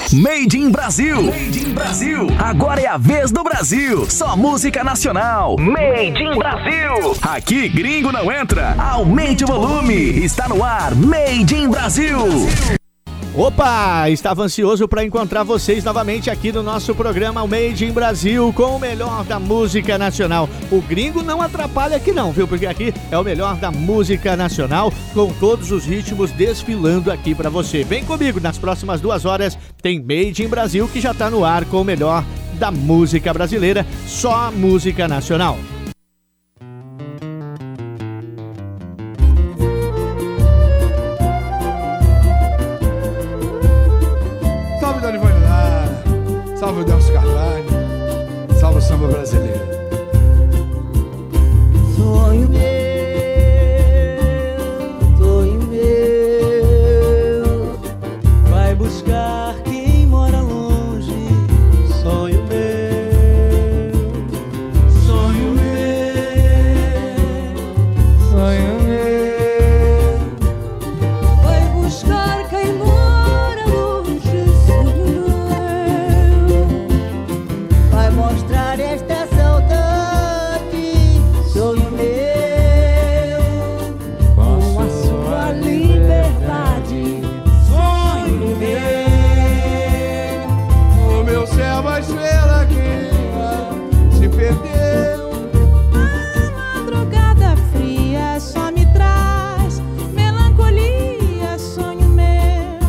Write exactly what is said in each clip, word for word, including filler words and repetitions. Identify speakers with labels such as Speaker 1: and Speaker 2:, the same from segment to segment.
Speaker 1: Made in Brasil. Made in Brasil. Agora é a vez do Brasil. Só música nacional. Made in Brasil. Aqui gringo não entra. Aumente o volume. Está no ar. Made in Brasil.
Speaker 2: Opa, estava ansioso para encontrar vocês novamente aqui no nosso programa Made in Brasil com o melhor da música nacional. O gringo não atrapalha aqui não, viu? Porque aqui é o melhor da música nacional com todos os ritmos desfilando aqui para você. Vem comigo, nas próximas duas horas tem Made in Brasil que já está no ar com o melhor da música brasileira, só música nacional.
Speaker 3: Salve o Delcio Carvalho, salve o samba brasileiro.
Speaker 4: Sonho meu, sonho meu, vai buscar quem mora longe. Sonho meu, sonho meu, sonho meu, vai buscar quem mora longe. Sonho meu, mostrar esta saudade, sonho meu, com a sua liberdade, sonho meu.
Speaker 3: O meu céu, a estrela que se perdeu.
Speaker 5: A madrugada fria só me traz melancolia, sonho meu.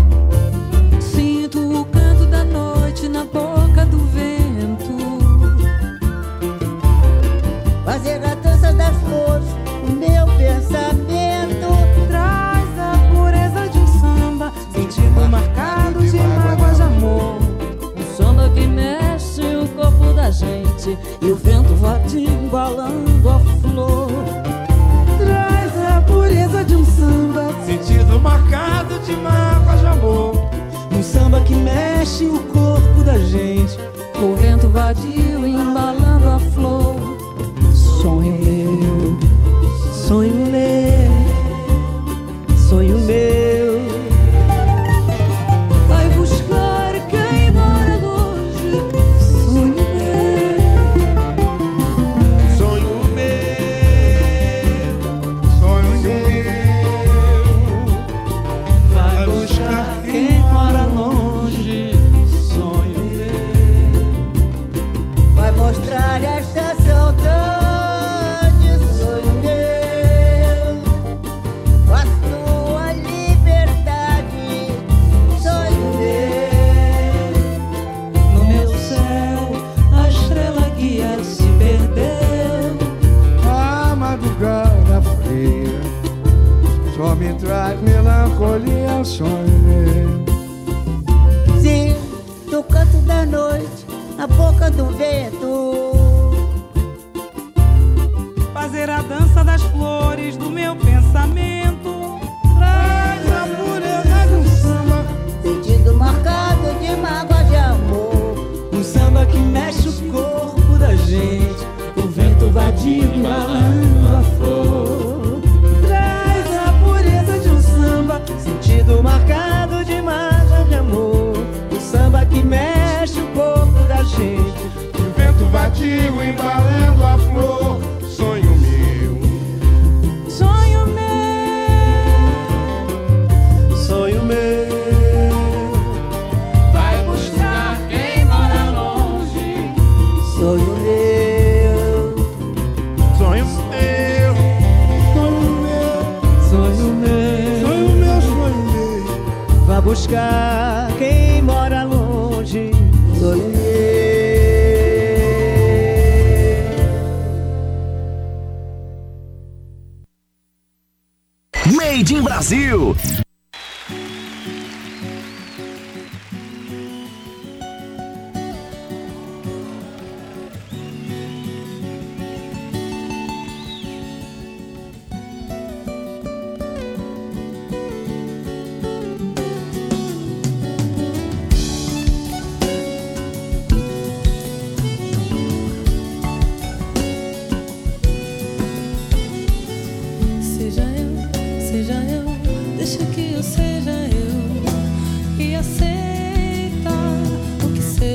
Speaker 5: Sinto o canto da noite na boca do vento.
Speaker 4: Fazer a dança das flores, o meu pensamento
Speaker 5: traz a pureza de um samba, sentido marcado de mágoas de amor.
Speaker 4: um samba que mexe o corpo da gente e o vento vadio embalando a flor.
Speaker 5: Traz a pureza de um samba,
Speaker 3: Sentido marcado de mágoas de amor.
Speaker 4: um samba que mexe o corpo da gente, o vento vadio embalando a flor. Sonho meu, sonho meu, sonho meu, vai buscar quem mora longe. Sonho meu,
Speaker 3: Sonho meu, sonho meu,
Speaker 4: vai buscar quem mora longe. Sonho meu, vai mostrar esta saudade.
Speaker 3: Só me traz melancolia, sonho meu.
Speaker 4: Sim, no canto da noite, na boca do vento.
Speaker 5: fazer a dança das flores do meu pensamento.
Speaker 3: Traz a pureza de um samba,
Speaker 4: Sentido marcado de mágoa de amor. Um samba que mexe o corpo da gente, o vento vadio embalando a flor. Traz a pureza de um samba, sentido marcado de mágoa de amor. Um samba que mexe o corpo da gente,
Speaker 3: o vento vadio embalando a flor. Sonho meu,
Speaker 5: Sonho meu,
Speaker 4: sonho meu.
Speaker 5: vai buscar quem mora longe.
Speaker 4: Sonho meu,
Speaker 3: sonho meu, sonho meu,
Speaker 4: sonho meu,
Speaker 3: sonho meu, sonho meu.
Speaker 4: vai buscar quem mora longe. Sonho meu.
Speaker 1: Made in Brasil.
Speaker 5: Seja eu, seja eu, deixa que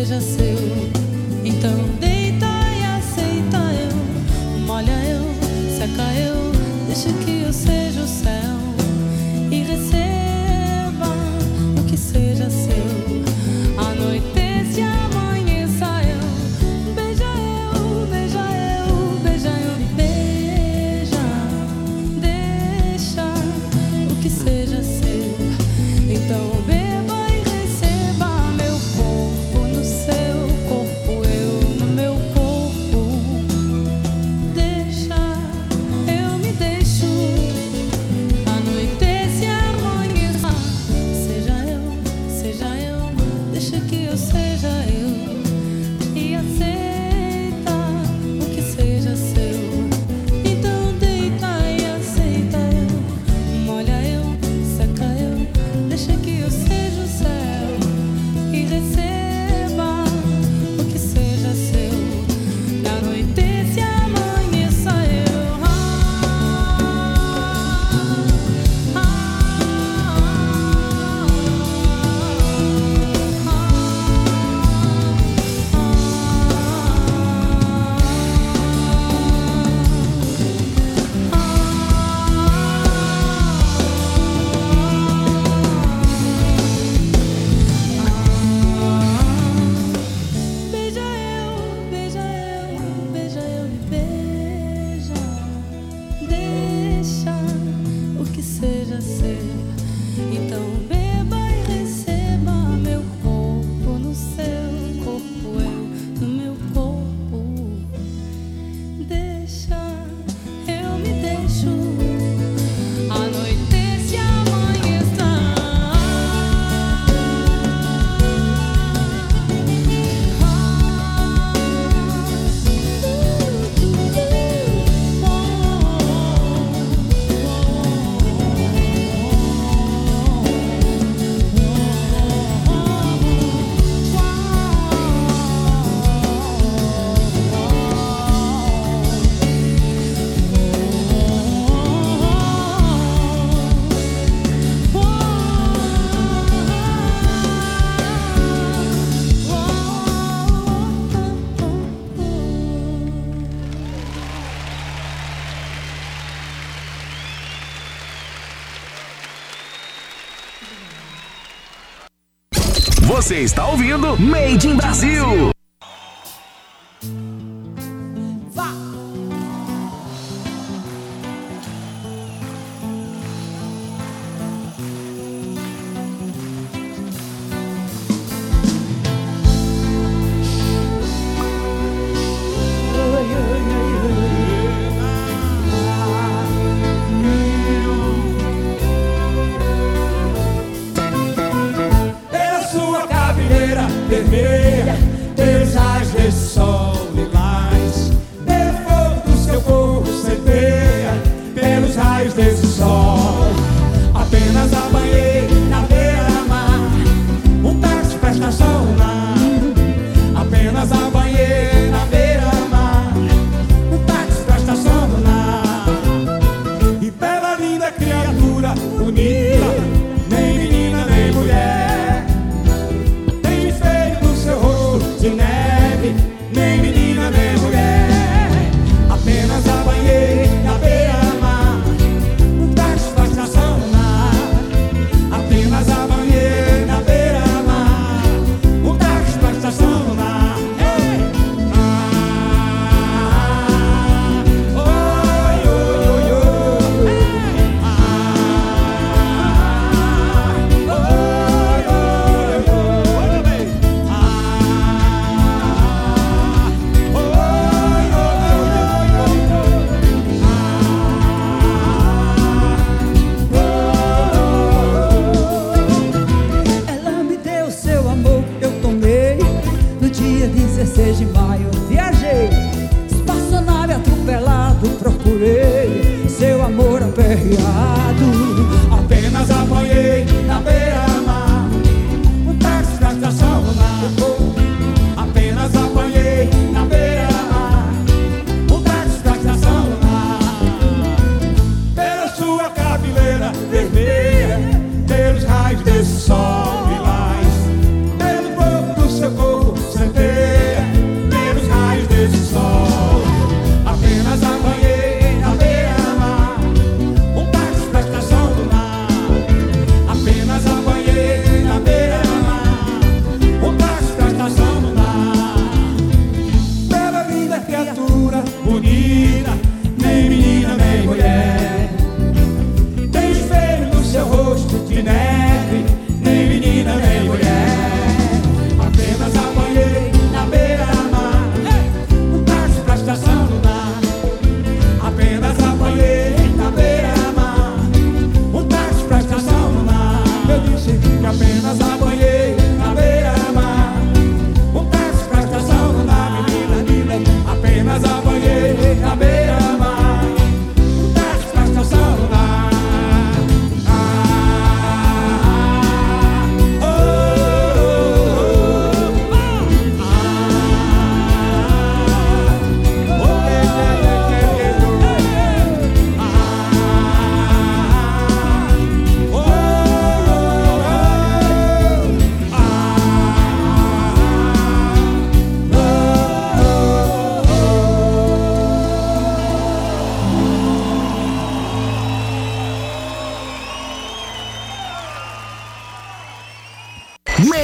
Speaker 4: seja seu. Então deita e aceita eu, molha eu, seca eu, deixa que eu seja o céu e receba o que seja seu. Anoitece e amanheça eu, beija eu, beija eu, beija eu, me beija, deixa o que seja seu. Então beba e receba meu corpo no seu corpo, eu no meu corpo. Deixa, eu me deixo. Anoitece e amanheça. Seja eu, seja eu, deixa que eu seja eu. E aceita o que seja seu. Então deita e aceita eu, molha eu, seca eu, deixa que eu seja o céu e receba o que seja seu. Na anoitece e amanheça eu. Ah, ah, beija eu, beija eu, beija eu, me beija, deixa o que seja ser. Então beba e receba meu corpo no seu corpo, eu no meu corpo. Deixa, eu me deixo. Anoitece e amanheça.
Speaker 1: Você está ouvindo Made in Brasil.
Speaker 6: Pela sua cabeleira vermelha, pelos raios desse sol lilás, pelo fogo do seu corpo centeia, pelos raios desse sol. Apenas a banhei na beira-mar, um táxi pra estacionar. Apenas a banhei na beira-mar, um táxi pra estacionar. E bela linda criatura bonita, nem menina nem mulher, tem espelho no seu rosto de neve,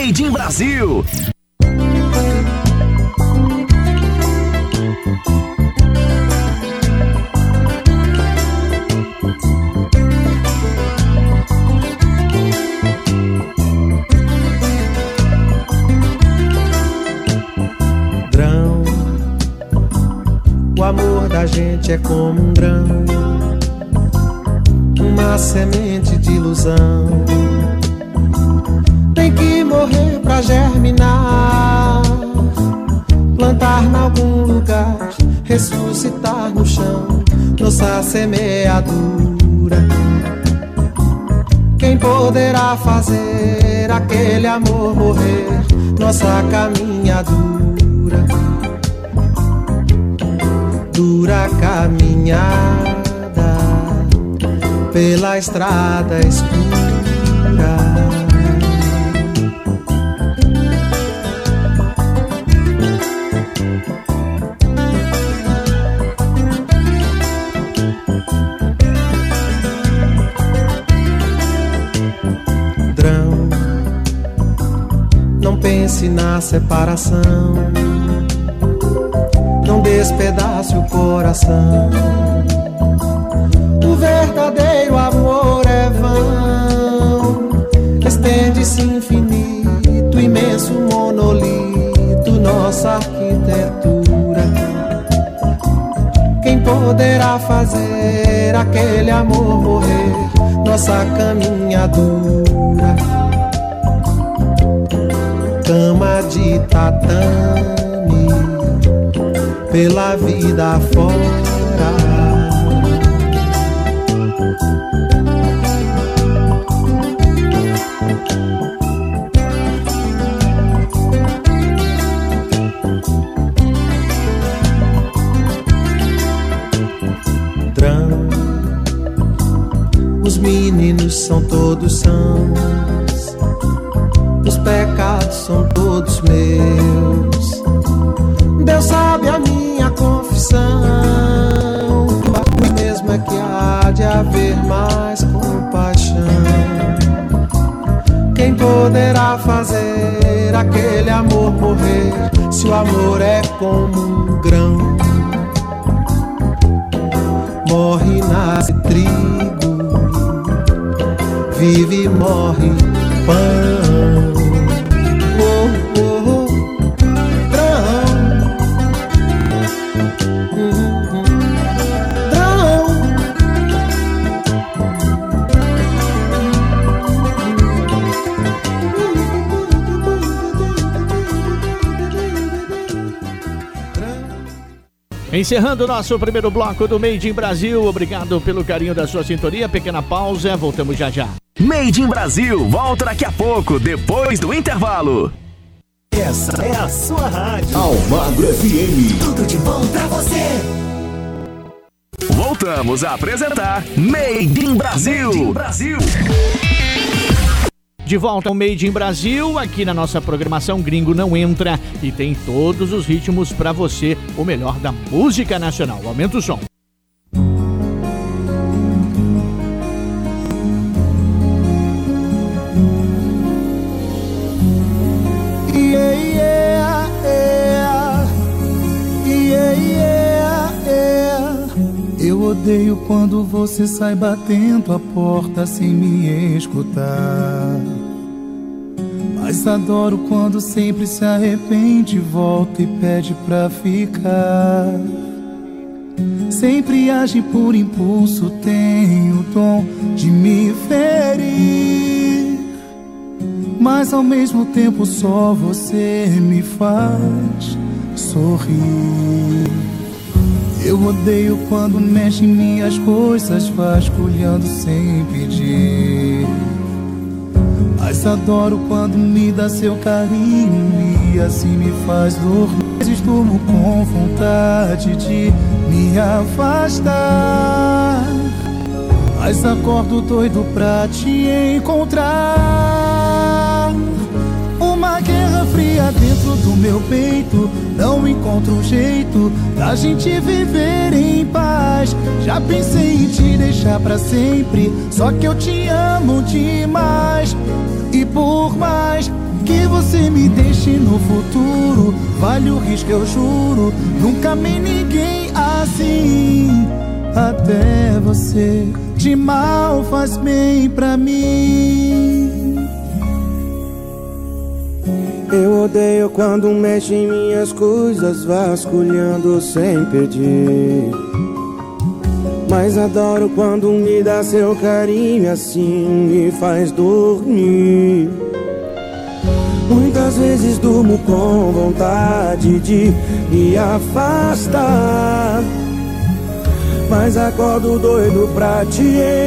Speaker 1: Made in Brasil.
Speaker 3: Grão, o amor da gente é como um grão, uma semente de ilusão. Tem que morrer pra germinar, plantar em algum lugar, ressuscitar no chão, nossa semeadura. Quem poderá fazer aquele amor morrer, nossa caminhadura, dura caminhada pela estrada escura. Drão, não pense na separação, não despedace o coração. O verdadeiro amor é vão, estende-se infinito, imenso monolito, nossa arquitetura. Quem poderá fazer aquele amor morrer, nossa caminhadura, cama de tatame pela vida fora. Drão, os meninos são todos sãos, os pecados são todos meus. Deus sabe a minha confissão, mesmo é que há de haver mais compaixão. Quem poderá fazer aquele amor morrer, se o amor é como um grão? Morre, nasce trigo, vive e morre pão. Oh, oh, oh, drão, hum, hum, drão.
Speaker 2: Encerrando o nosso primeiro bloco do Made in Brasil. Obrigado pelo carinho da sua sintonia. Pequena pausa, voltamos já já.
Speaker 1: Made in Brasil, volta daqui a pouco, depois do intervalo.
Speaker 7: Essa é a sua rádio Almagro F M. Tudo de bom pra você.
Speaker 1: Voltamos a apresentar Made in Brasil. Made in Brasil.
Speaker 2: De volta ao Made in Brasil, aqui na nossa programação Gringo Não Entra, e tem todos os ritmos pra você, o melhor da música nacional. Aumenta o som.
Speaker 8: Yeah, yeah, yeah. Yeah, yeah, yeah. Eu odeio quando você sai batendo a porta sem me escutar, mas adoro quando sempre se arrepende, volta e pede pra ficar. Sempre age por impulso, tem o dom de me ferir, mas ao mesmo tempo só você me faz sorrir. Eu odeio quando mexe em minhas coisas, vasculhando sem pedir, mas adoro quando me dá seu carinho e assim me faz dormir. Estou com vontade de me afastar, mas acordo doido pra te encontrar. Uma guerra fria dentro do meu peito, não encontro um jeito da gente viver em paz. Já pensei em te deixar pra sempre, só que eu te amo demais. E por mais que você me deixe no futuro. Vale o risco, eu juro. Nunca amei ninguém assim. Até você, de mal faz bem pra mim.
Speaker 3: Eu odeio quando mexe em minhas coisas, vasculhando sem pedir. Mas adoro quando me dá seu carinho, assim me faz dormir. Muitas vezes durmo com vontade de me afastar, mas acordo doido pra te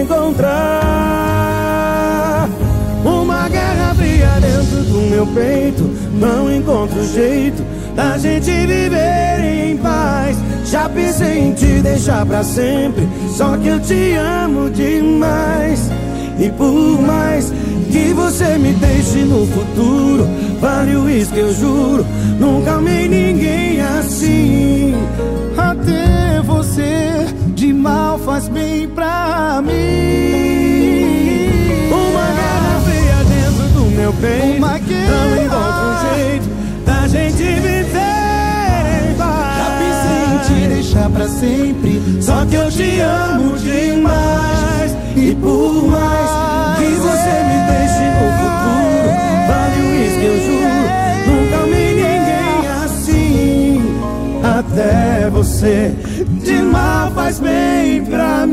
Speaker 3: encontrar. Uma guerra fria dentro do meu peito, não encontro jeito da gente viver em paz. Já pensei em te deixar pra sempre, só que eu te amo demais. E por mais que você me deixe no futuro, vale o risco, eu juro. Nunca amei ninguém assim.
Speaker 8: Até você, de mal faz bem pra mim.
Speaker 3: Uma guerra fria dentro do meu peito,
Speaker 8: Uma guerra.
Speaker 3: não encontro um jeito da gente viver em paz.
Speaker 8: Já pensei em te deixar pra sempre,
Speaker 3: Só que eu te amo demais. E por mais que você me deixe no futuro, vale o risco, eu juro. Nunca amei ninguém assim. Até você, de mal faz bem pra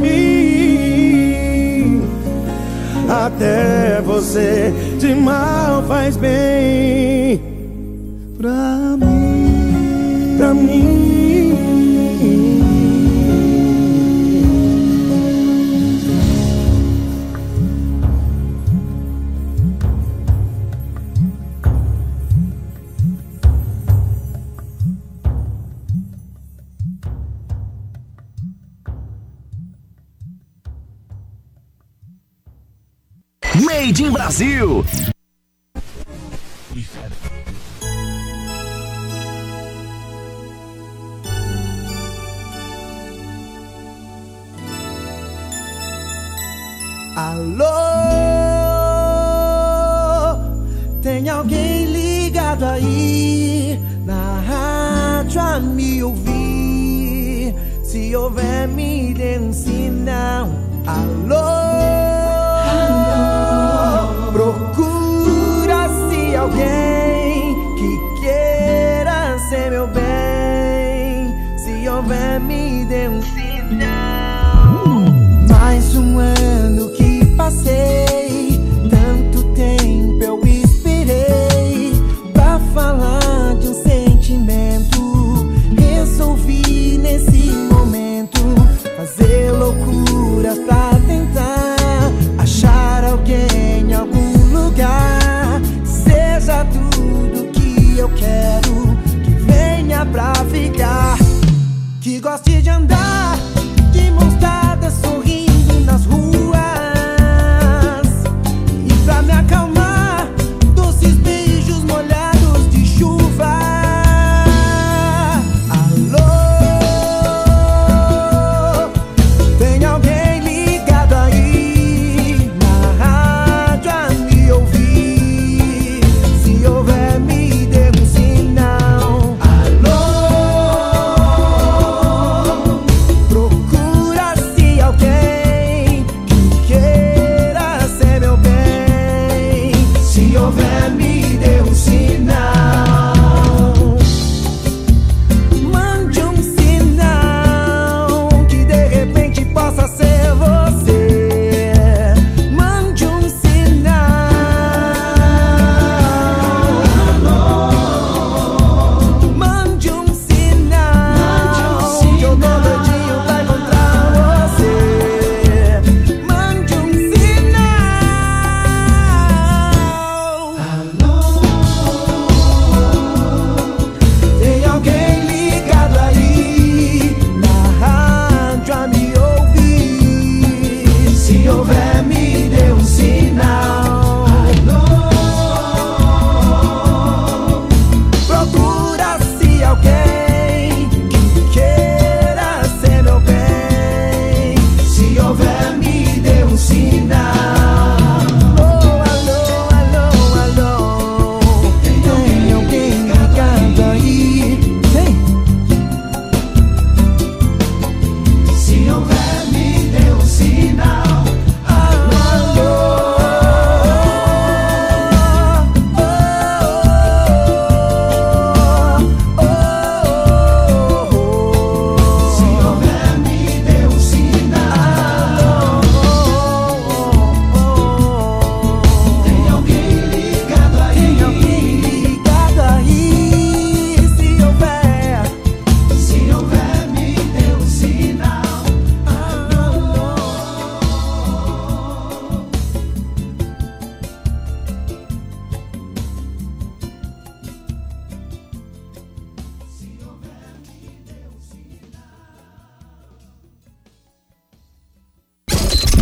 Speaker 3: mim. Até você, de mal faz bem
Speaker 8: pra mim.
Speaker 3: pra mim.
Speaker 1: Made in Brasil.
Speaker 3: Alô, tem alguém ligado aí na rádio a me ouvir? Se houver, me dê um sinal. Alô, procura-se alguém que queira ser meu bem. Se houver, me dê um sinal. Mais um ano que passei, tanto tempo eu esperei pra falar de um sentimento. Resolvi nesse momento fazer loucuras pra tentar achar alguém em algum lugar que seja tudo que eu quero, que venha pra ficar, que goste de andar de mãos dadas sorrindo nas ruas,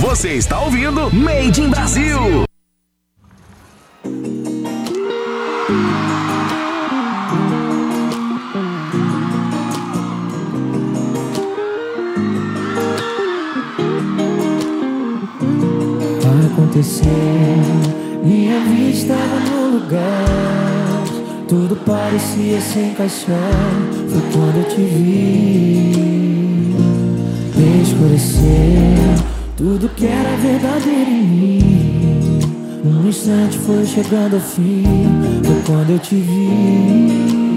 Speaker 1: Você está ouvindo Made in Brasil.
Speaker 4: Aconteceu, minha vida estava no lugar, tudo parecia se encaixar. Foi quando eu te vi, escureceu tudo que era verdadeiro em mim. Um instante foi chegando ao fim, foi quando eu te vi.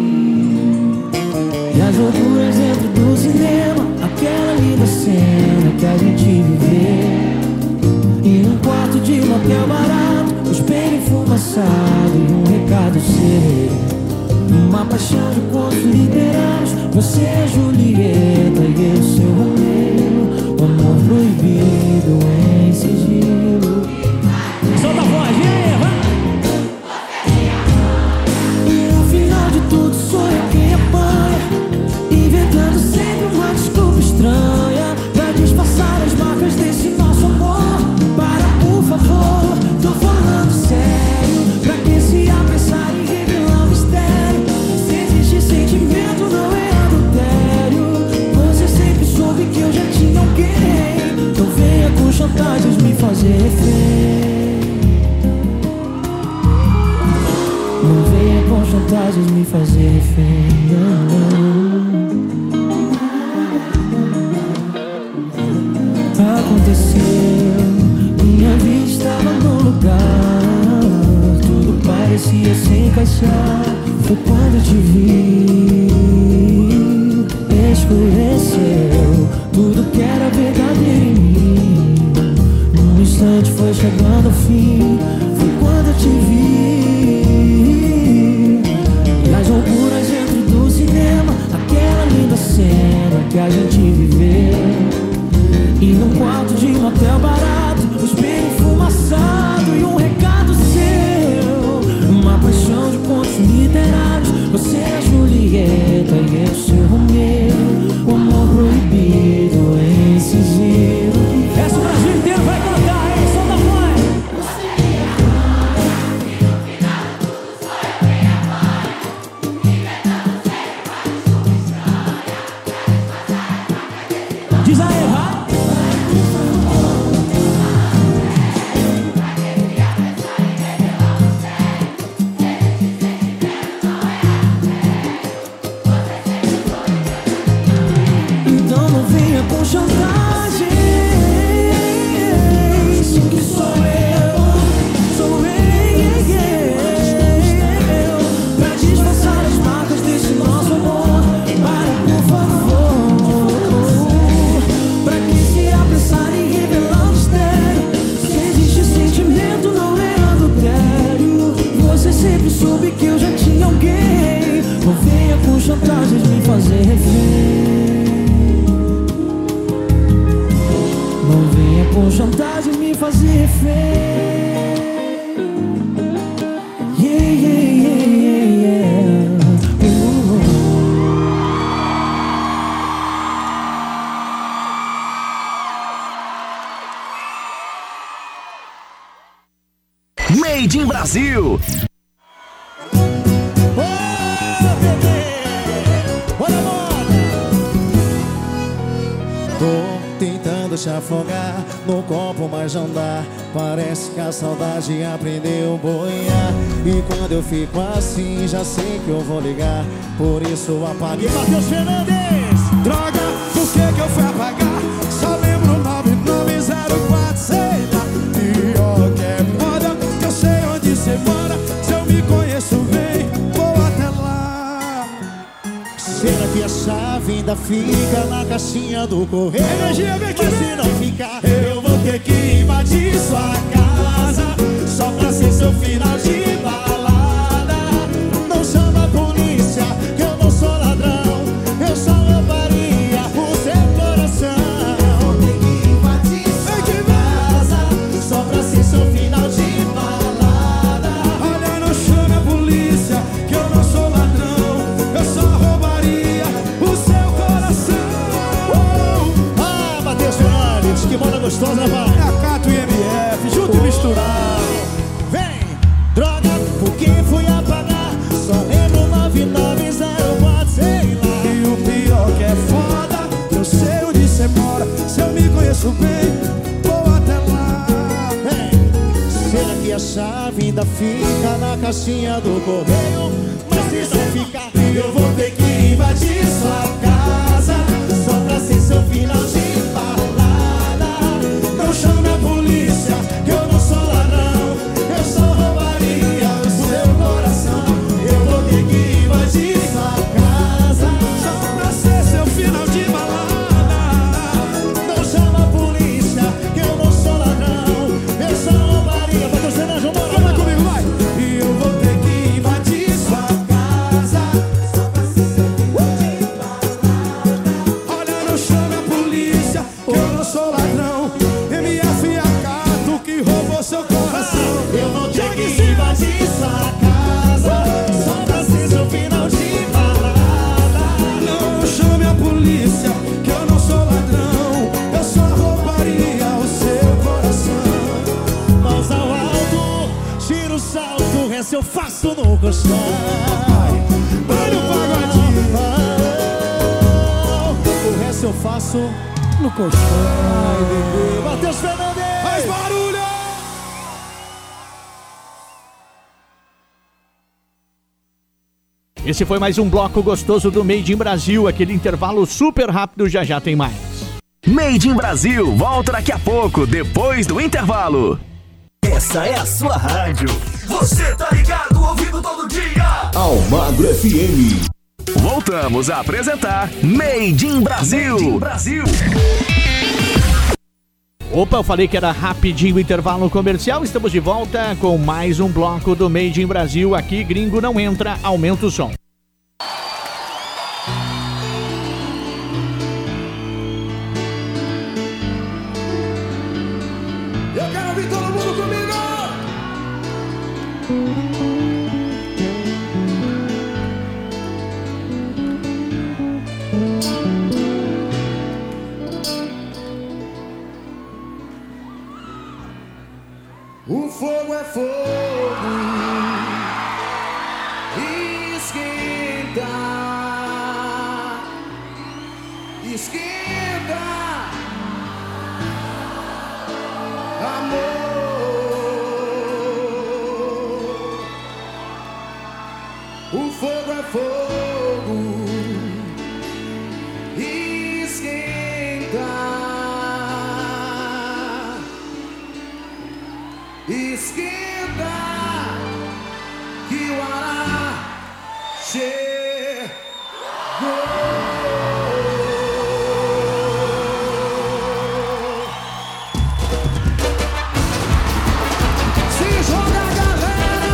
Speaker 4: E as loucuras dentro do cinema, aquela linda cena que a gente viveu. E num quarto de motel barato, o espelho enfumaçado e um recado seu. Uma paixão de contos literários, você é Julieta e eu seu Romeu. O amor proibido em sigilo. Solta a voz, e aí, vai! E no final de tudo sou eu quem apanha, inventando sempre uma desculpa estranha pra disfarçar as marcas desse nosso amor. Para, por favor, tô falando sério. Pra que se apressar em revelar o mistério? Se existe sentimento, não é adultério. Você sempre soube que eu já tinha alguém. Não venha com chantagens me fazer refém. Não venha com chantagens me fazer refém. Não, não. Aconteceu, minha vida estava no lugar, tudo parecia se encaixar. Foi quando eu te vi, escureceu tudo que era verdadeiro em mim. Num instante foi chegando ao fim, foi quando eu te vi. E as loucuras dentro do cinema, aquela linda cena que a gente viveu. E num quarto de um hotel barato, o espelho enfumaçado e um recado seu. Uma paixão de contos literários, você é Julieta e eu seu Romeu. O amor proibido em sigilo. Essa o Brasil inteiro vai cantar, hein? Solta a voz! Diz aí, vai! Então não venha com chantagem. Isso que sou eu, sou eu. Pra disfarçar as marcas desse nosso amor. Para, por favor. Pra que se apressar em revelar o mistério? Se existe sentimento, não é adultério. Você sempre soube que eu já tinha alguém. Não venha com chantagens me fazer refém. Não venha com chantagem me fazer refém. Yeah, yeah, yeah, yeah, yeah. Uh.
Speaker 1: Made in Brasil.
Speaker 3: Tô tentando te afogar no copo, mas não dá. Parece que a saudade aprendeu a boiar. E quando eu fico assim, já sei que eu vou ligar. Por isso eu apaguei. Matheus Fernandes! Droga, por que que eu fui apagar? Só lembro nove nove zero quatro, sei lá. Pior que é foda, que eu sei onde você mora. Se eu me conheço bem, vou até lá. Será que a chave ainda fica na caixinha do correio? Energia, vem aqui, mas se não ficar, eu vou ter que invadir sua casa, só pra ser seu final de balada. Não chama a polícia, que eu não sou ladrão. Eu só roubaria o seu coração. Vou ter que invadir sua casa, só pra ser seu final de balada. Olha, não chama a polícia, que eu não sou ladrão. Eu só roubaria o seu coração. Oh! Ah, Matheus Fernandes, que moda gostosa, vai! a vida fica na caixinha do correio. Mas se você ficar, eu vou ter que invadir sua casa, só pra ser seu final de balada. Não chame a polícia, que eu não sou ladrão, eu só roubaria o seu coração. Eu vou ter que invadir sua casa, só pra ser seu final de balada. Não chama a polícia, que eu não sou ladrão, eu só roubaria. Vai torcendo a João Moura, vai comigo, vai! E eu vou ter que invadir sua casa, só pra ser seu final de balada. Olha, não chame a polícia, que eu não sou ladrão, M F Acato que roubou seu coração. Eu vou ter que invadir sua casa, só pra ser seu final de balada. Não chame a polícia, que eu não sou ladrão, eu só roubaria o seu coração. Mãos ao alto, tira o salto, o resto eu faço no colchão. Vai no pagodinho, o resto eu faço no colchão. Ai, bebê, Matheus Fernandes, faz barulho!
Speaker 2: Esse foi mais um bloco gostoso do Made in Brasil, aquele intervalo super rápido, já já tem mais.
Speaker 1: Made in Brasil, volta daqui a pouco, depois do intervalo.
Speaker 7: Essa é a sua rádio. Você tá ligado, ouvindo todo dia. Almagro F M.
Speaker 1: Voltamos a apresentar Made in Brasil. Made in Brasil.
Speaker 2: Opa, eu falei que era rapidinho o intervalo comercial. Estamos de volta com mais um bloco do Made in Brasil. Aqui, gringo não entra, aumenta o som.
Speaker 3: Eu quero ouvir todo mundo comigo! O fogo é fogo, esquenta, esquenta, amor. O fogo é fogo, esquenta, esquenta, que o ar chegou. Se joga, galera!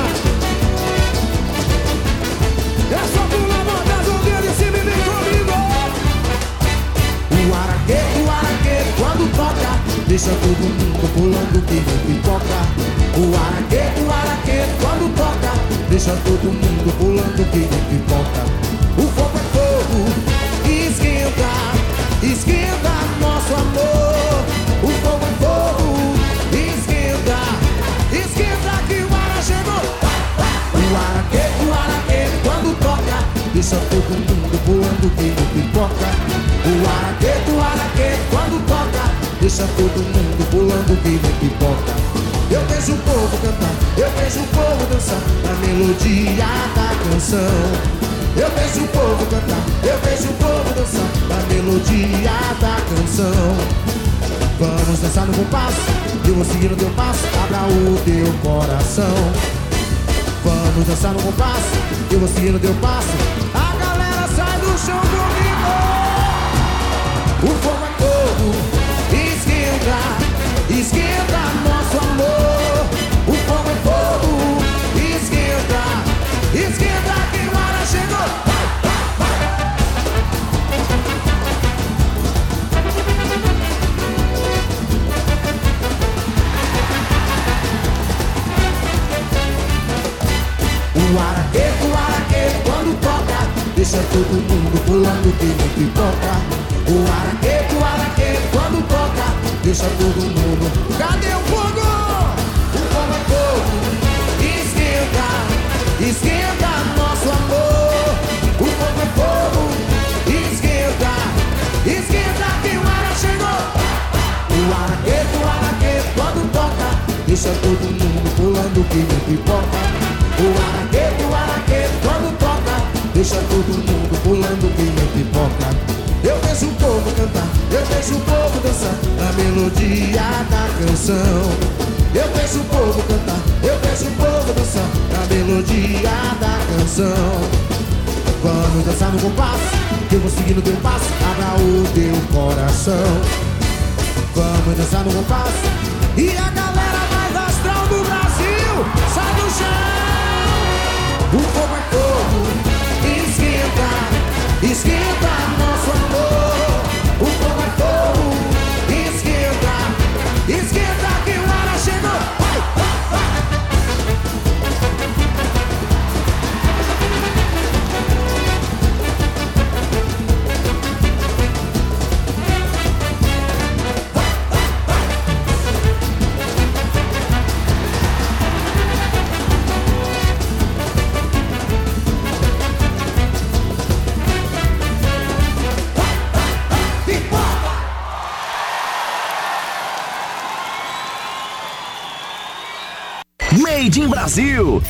Speaker 3: É só pular, botar o dedo em cima e vem comigo! O araqueto, o araqueto, quando toca, deixa todo mundo pulando que nem pipoca. O araqueto, o araqueto, quando toca, deixa todo mundo pulando que nem pipoca. O fogo é fogo, esquenta, esquenta nosso amor. O fogo é fogo, esquenta, esquenta que o ara chegou. O araqueto, o araqueto, quando toca, deixa todo mundo pulando que nem pipoca. O araqueto, o araqueto, quando toca, deixa todo mundo pulando que nem pipoca. Eu vejo o povo cantar, eu vejo o povo dançar na melodia da canção. Eu vejo o povo cantar, eu vejo o povo dançar na melodia da canção. Vamos dançar no compasso, eu vou seguir o teu passo, abra o teu coração. Vamos dançar no compasso, eu vou seguir o teu passo, a galera sai do chão comigo. O fogo é fogo, esquenta, esquenta nosso amor. O fogo é fogo, esquenta, esquenta que o ara chegou. O araqueto, o araqueto, quando toca, deixa todo mundo pulando que nem pipoca. O araqueto, o araqueto, quando toca, deixa todo mundo. Cadê o fogo? O fogo é fogo, esquenta, esquenta nosso amor. O fogo é fogo, esquenta, esquenta que o ara chegou. O araqueto, o araqueto, quando toca, deixa todo mundo pulando pulando que nem pipoca. O araqueto, o araqueto quando toca, deixa todo mundo pulando que nem pipoca. Eu vejo o povo cantar, eu vejo o povo dançar na melodia da canção. Eu vejo o povo cantar, eu vejo o povo dançar na melodia da canção. Vamos dançar no compasso, eu vou seguir no teu passo, abra o teu coração. Vamos dançar no compasso e a galera mais astral do Brasil sai do chão. O fogo é fogo, esquenta, esquenta nosso amor. O fogo é fogo, esquenta, esquenta que o ar chegou. Vai, vai, vai.
Speaker 1: Made in Brasil.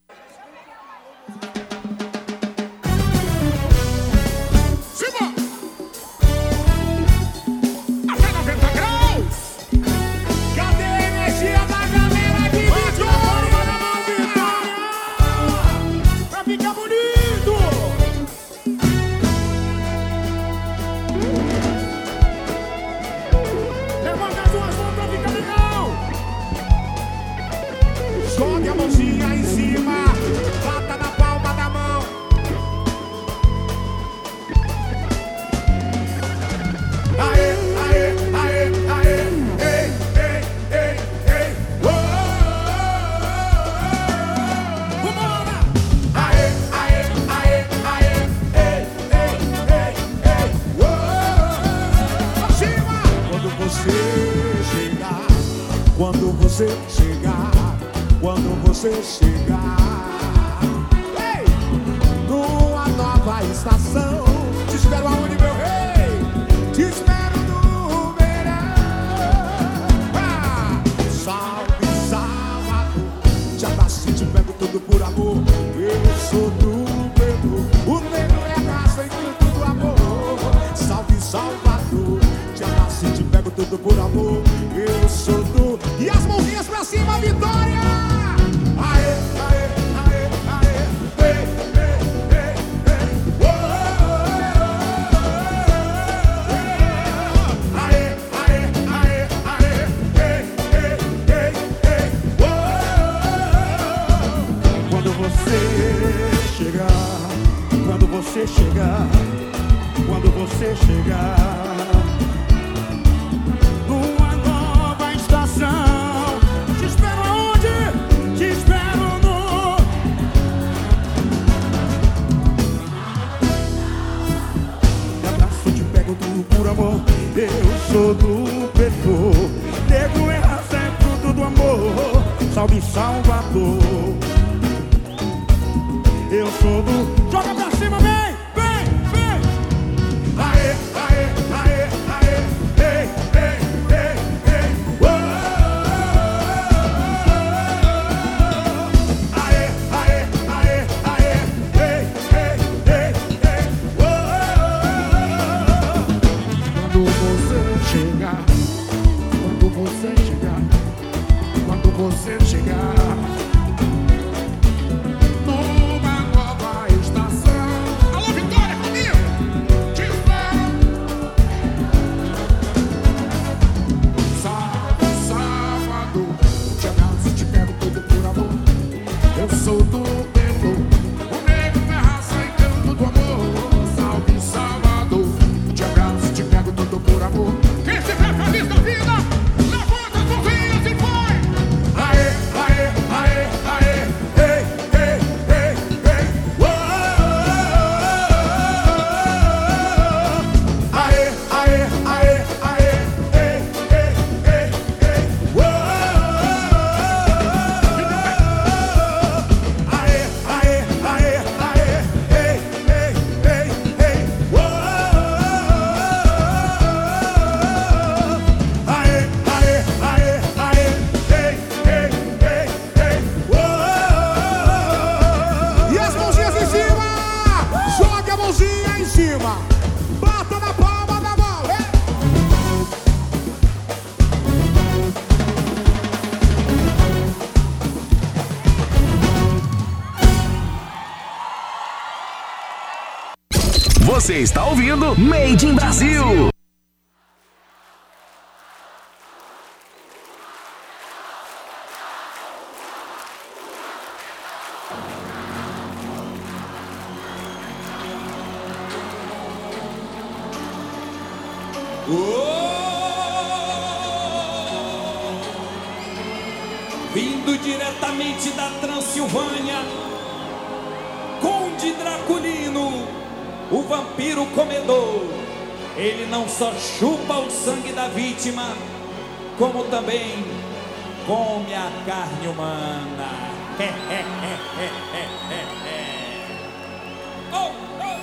Speaker 6: Quando você chegar, quando você chegar, ei, numa nova estação, te espero aonde, meu rei? Te espero no verão. Ah, salve, Salvador, te abraço e te pego tudo por amor. Eu sou do Pedro, o negro é a raça e tudo do amor. Salve, Salvador, te abraço e te pego tudo por amor. Eu sou do... E as mãozinhas pra cima, vitória! Aê, aê, aê, aê, ei, ei, ei, ei, oh, oh, oh, aê, aê, aê, aê, ei, ei, ei, ei, oh, quando você chegar, quando você chegar, quando você chegar numa nova estação. Te espero aonde? Te espero no... Me abraço, te pego tudo por amor. Eu sou do Pedro, nego é raça, é fruto do amor. Salve, Salvador. Eu sou do... Joga pra cima, vem, vem, vem. Aê, aê, aê, aê, ei, ei, ei, ei, oh, aê, aê, aê, aê, ei, ei, ei, ei, oh, quando você chegar, quando você chegar, quando você chegar numa nova estação.
Speaker 1: Você está ouvindo Made in Brasil.
Speaker 6: Vindo diretamente da Transilvânia, Conde Draculino, o vampiro comedor. Ele não só chupa o sangue da vítima, como também come a carne humana. Oh, oh, oh.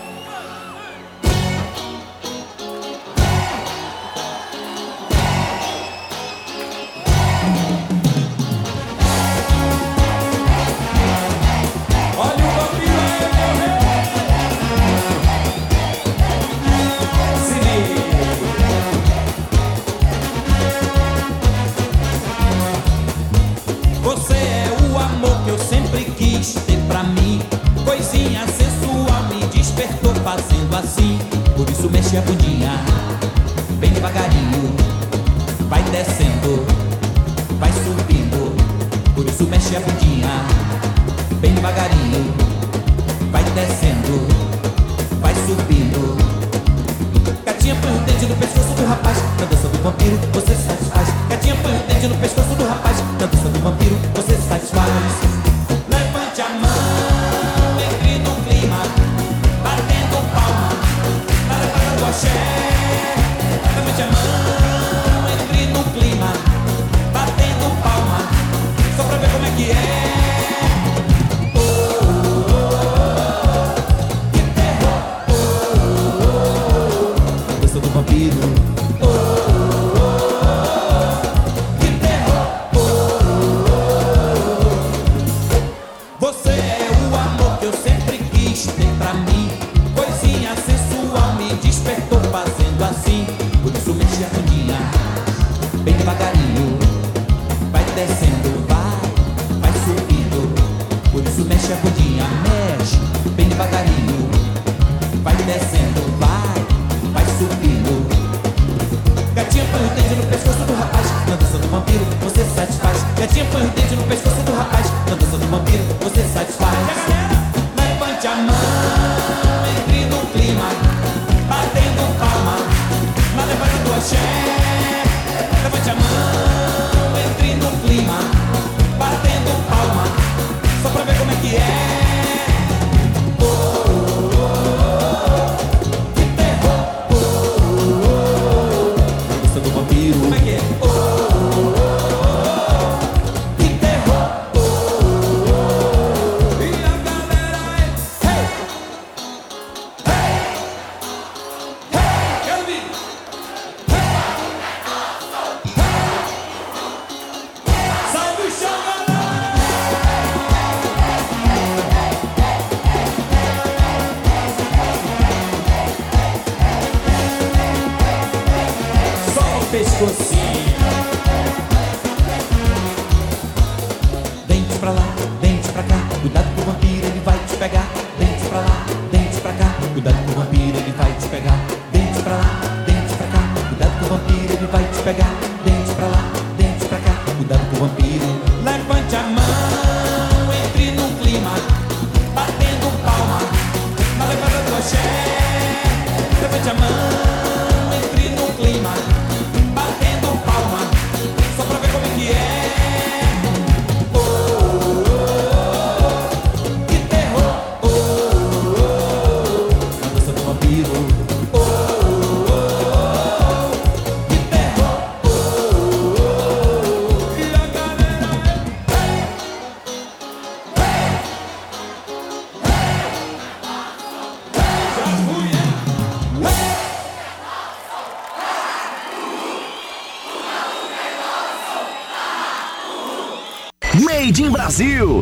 Speaker 9: Você é o amor que eu sempre quis ter pra mim. Coisinha sensual me despertou fazendo assim. Por isso mexe a bundinha, bem devagarinho. Vai descendo, vai subindo. Por isso mexe a bundinha, bem devagarinho. Vai descendo, vai subindo. Gatinha põe o dente no pescoço do rapaz. Na dança do vampiro você satisfaz. Gatinha põe o dente no pescoço do rapaz. Na dança do vampiro você satisfaz. Levante a mão, entre no clima, batendo palma na levada do axé. Levante a mão, entre no clima, batendo palma, só pra ver como é que é. Vampiro, oh, oh, oh, que terror, oh, oh, oh. Você é o amor que eu sempre quis ter pra mim. Coisinha sensual me despertou fazendo assim. Por isso mexe a bundinha, bem devagarinho. Vai descendo, vai, vai subindo. Por isso mexe a bundinha, mexe, bem devagarinho. Vai descendo, vai, vai subindo. Gatinha põe o dente no pescoço do rapaz. Na dança do vampiro você satisfaz. Gatinha põe o dente no pescoço do rapaz. Na dança do vampiro você satisfaz. Levante a mão, entre no clima, batendo palma na levada do axé. Levante a mão, entre no clima, batendo palma, só pra ver como é que é. Como é que é? Oh, oh, oh, que terror! Oh, oh, oh. E a galera é hey, hey, hey, quero ouvir! Hey, hey, salve o chão, pescocinho. Dente pra lá, dente pra cá, cuidado com o vampiro, ele vai te pegar. Dente pra lá, dente pra cá, cuidado com o vampiro, ele vai te pegar. Dente pra lá, dente pra cá, cuidado com o vampiro, ele vai te pegar. Dente pra lá, dente pra cá, cuidado com o vampiro. Levante a mão, entre no clima, batendo palma na levada do axé. Levante a mão, entre no clima, batendo palma, só pra ver como é que é. Oh, oh, oh, que terror. Oh, oh, oh, na dança do vampiro. Oh, oh, oh, que terror. Oh, oh, oh, e a galera hey, hey, hey, hey, já fui, é? Hey.
Speaker 1: Made in Brasil.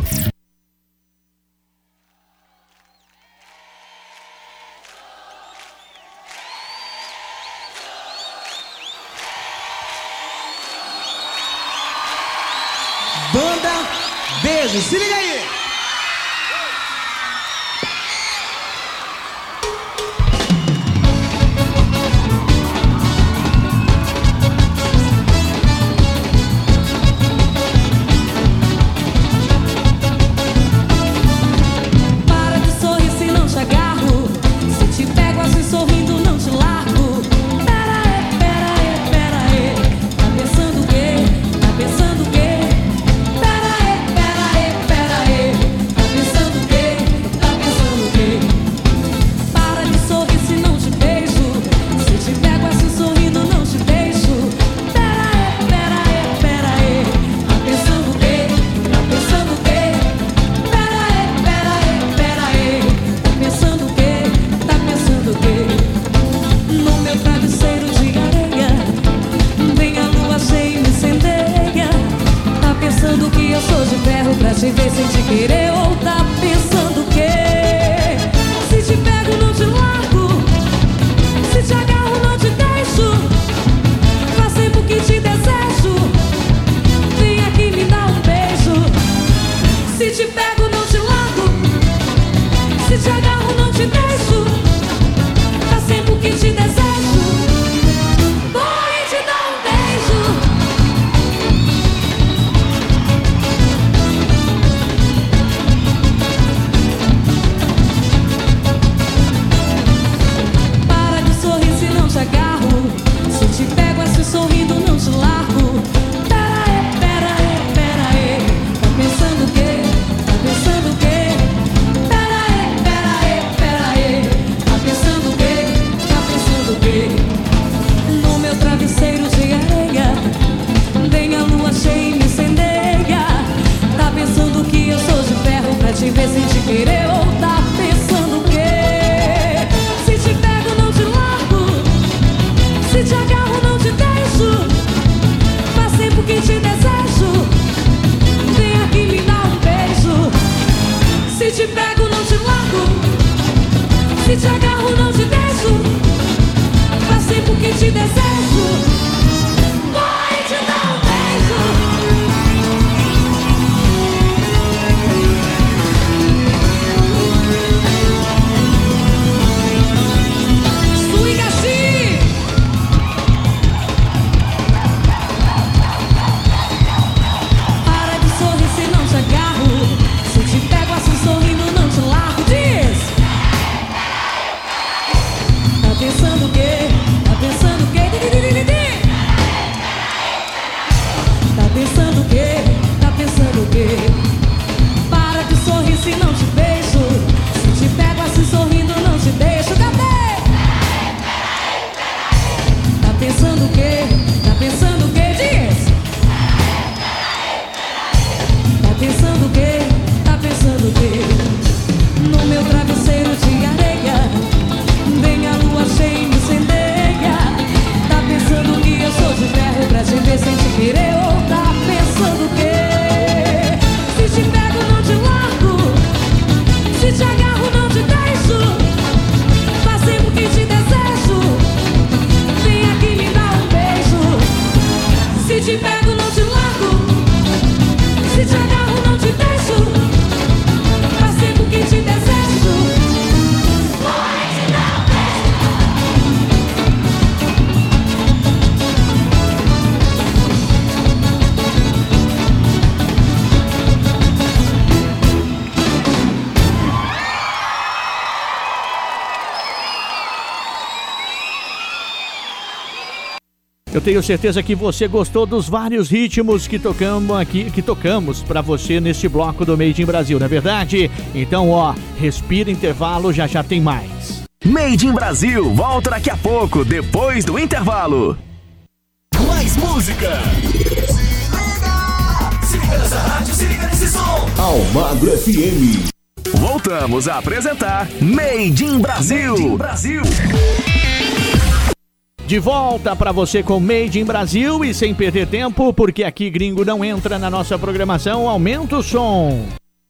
Speaker 3: Banda Beijo, se liga aí!
Speaker 10: Se te agarro, não te deixo. Faz tempo que te desejo. Vou te dar um beijo. Swing assim. Para de sorrir se não te agarro. Se te pego assim sorrindo, não te largo. Diz. Tá pensando o quê? Tá pensando o quê? Tá pensando o quê? Tá pensando o quê? Para de sorrir se não te beijo. Se te pego assim sorrindo, não te deixo. Cadê? Tá pensando o quê? Tá pensando o quê? Diz. Tá pensando o quê? Tá pensando o quê? No meu travesseiro de areia vem a lua cheia e me incendeia. Tá pensando que eu sou de ferro pra te ver sem te querer? Ou tá pensando o quê? Se te pego não te largo. Se te agarro não te deixo. Faz tempo que te desejo. Vem aqui me dar um beijo. Se te pego não te largo. Se te agarro não te deixo. Faz tempo que te desejo. Vou te dar um
Speaker 2: Eu tenho certeza que você gostou dos vários ritmos que tocamos aqui, que tocamos pra você neste bloco do Made in Brasil, não é verdade? Então, ó, respira, intervalo, já já tem mais.
Speaker 1: Made in Brasil, volta daqui a pouco, depois do intervalo.
Speaker 7: Mais música. Se liga nessa rádio, se liga nesse som. Almagro F M.
Speaker 1: Voltamos a apresentar Made in Brasil. Made in Brasil.
Speaker 2: De volta pra você com Made in Brasil e sem perder tempo, porque aqui gringo não entra na nossa programação, aumenta o som.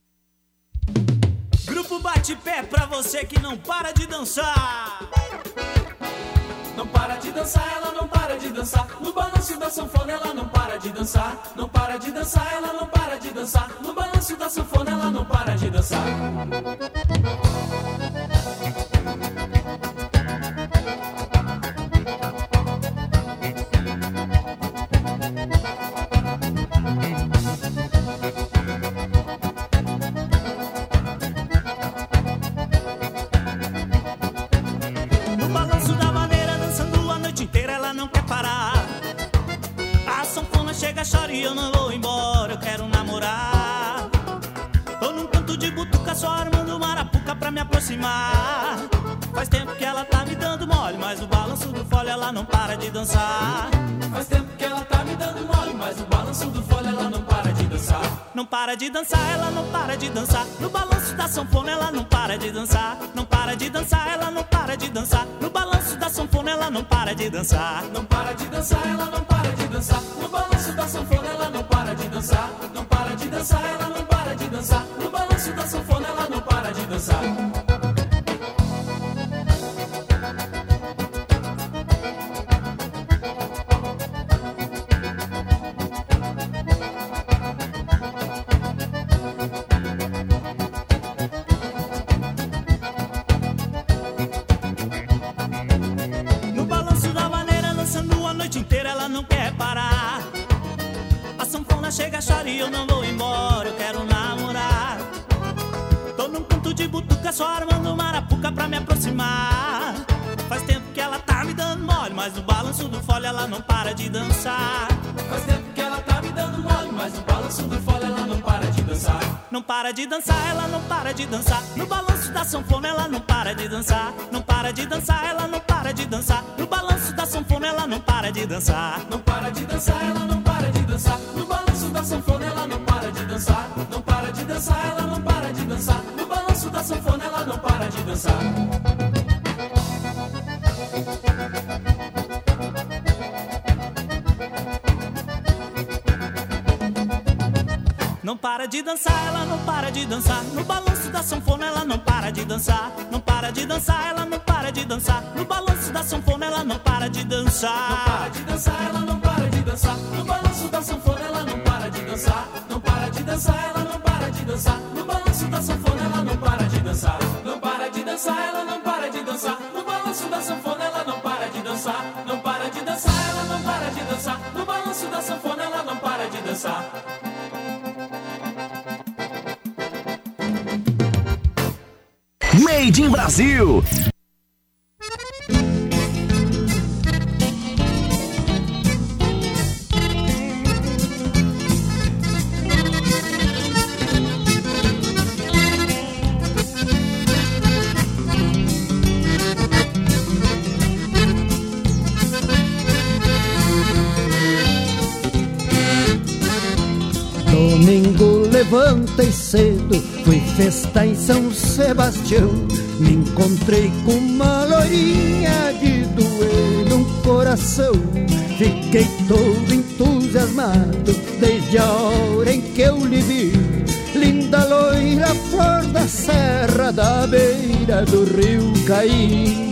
Speaker 11: Grupo Bate-Pé pra você que não para de dançar. Não para de dançar, ela não para de dançar. No balanço da sanfona ela não para de dançar. Não para de dançar, ela não para de dançar. No balanço da sanfona ela não para de dançar. No balanço da maneira, dançando a noite inteira, ela não quer parar. A sanfona chega, chora e eu não vou embora, eu quero namorar. Tô num canto de butuca, só armando marapuca pra me aproximar. Faz tempo que ela tá me dando mole, mas no balanço do fole ela não para de dançar. Faz tempo que ela tá me dando mole, mas no balanço do fole ela não para de dançar. Não para de dançar, ela não para de dançar. No balanço da sanfona ela não para de dançar. Não para de dançar, ela não para de dançar. No balanço da sanfona ela não para de dançar. Não para de dançar, ela não para de dançar. No balanço da sanfona ela não para de dançar. Não para de dançar, ela não para de dançar. No balanço da sanfona ela não para de dançar. No balanço da vaneira, dançando a noite inteira, ela não quer parar. A sanfona chega, chora e eu não vou embora, eu quero namorar. Tô num canto de butuca, só armando marapuca pra me aproximar. Faz tempo que ela tá me dando mole, mas no balanço do fole ela não para de dançar. Faz tempo que ela tá me dando mole, mas no balanço do fole ela não para de dançar. Não para de dançar, ela não para de dançar. No balanço da sanfona ela não para de dançar. Não para de dançar, ela não para de dançar. No balanço da sanfona ela não para de dançar. Não para de dançar, ela não para de dançar. No balanço da sanfona ela não para de dançar. Não para de dançar, ela não para de dançar. No balanço da sanfona ela não para de dançar. Não para de dançar, ela não para de dançar. No balanço da sanfona ela não para de dançar. Não para de dançar, ela não para de dançar. No balanço da sanfona ela não para de dançar.
Speaker 9: Não para de dançar, ela não para de dançar. No balanço da sanfona ela não para de dançar. Não para de dançar, ela não para de dançar. No balanço da sanfona ela não para de dançar. Não para de dançar, ela não para de dançar. No balanço da sanfona ela não para de dançar. Não para de dançar, ela não para de dançar. No balanço da sanfona ela não para de dançar.
Speaker 1: Made in Brasil.
Speaker 3: Domingo levantei cedo, fui festa em São Sebastião. Me encontrei com uma loirinha de doer no coração. Fiquei todo entusiasmado desde a hora em que eu lhe vi. Linda loira, flor da serra, da beira do rio Caí.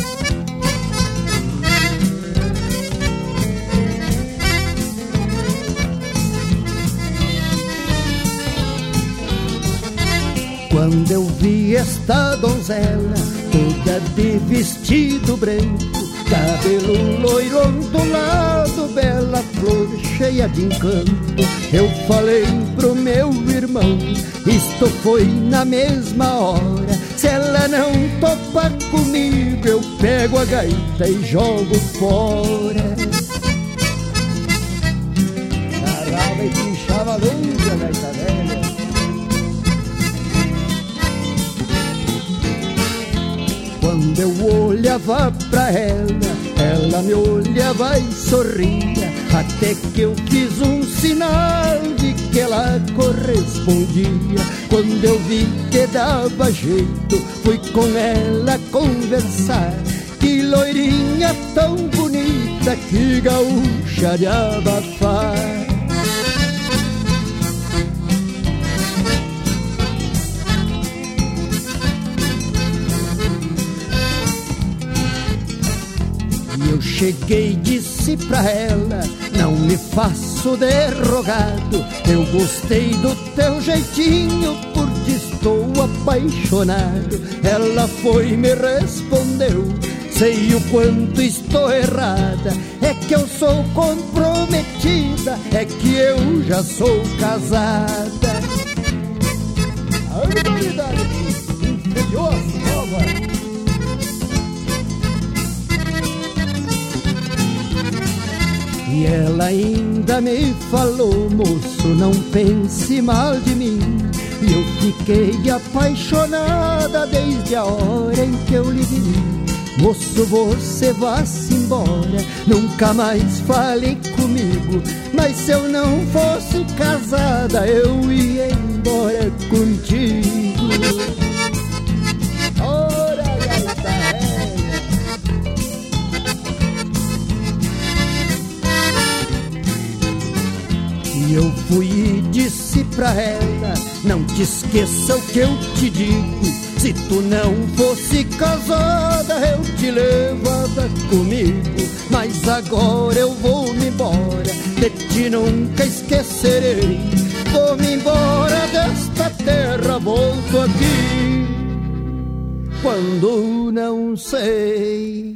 Speaker 3: Quando eu vi esta donzela, toda de vestido branco, cabelo loiro ondulado, bela flor cheia de encanto, eu falei pro meu irmão, isto foi na mesma hora. Se ela não topa comigo, eu pego a gaita e jogo fora. Carrava e pinchava longe a gaita velha. Quando eu olhava pra ela, ela me olhava e sorria, até que eu fiz um sinal de que ela correspondia. Quando eu vi que dava jeito, fui com ela conversar. Que loirinha tão bonita, que gaúcha de abafar. Eu cheguei e disse pra ela, não me faço derrogado, eu gostei do teu jeitinho, por ti estou apaixonado. Ela foi e me respondeu, sei o quanto estou errada, é que eu sou comprometida, é que eu já sou casada. A autoridade inferior nova. E ela ainda me falou, moço, não pense mal de mim. E eu fiquei apaixonada desde a hora em que eu lhe vi. Moço, você vá-se embora, nunca mais fale comigo. Mas se eu não fosse casada, eu ia embora contigo. Ora, gaita velha. E eu fui e disse pra ela, não te esqueça o que eu te digo. Se tu não fosse casada, eu te levava comigo. Mas agora eu vou-me embora, de ti nunca esquecerei. Vou-me embora desta terra, volto aqui quando não sei.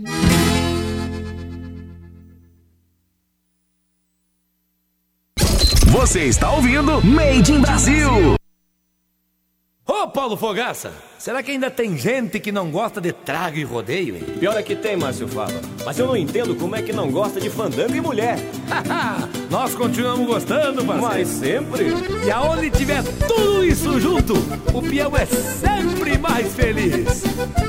Speaker 1: Você está ouvindo Made in Brasil.
Speaker 12: Ô, Paulo Fogaça, será que ainda tem gente que não gosta de trago e rodeio, hein?
Speaker 13: Pior é que tem, Márcio Fava. Mas eu não entendo como é que não gosta de fandango e mulher.
Speaker 12: Nós continuamos gostando, parceiro.
Speaker 13: Mas sempre.
Speaker 12: E aonde tiver tudo isso junto, o peão é sempre mais feliz.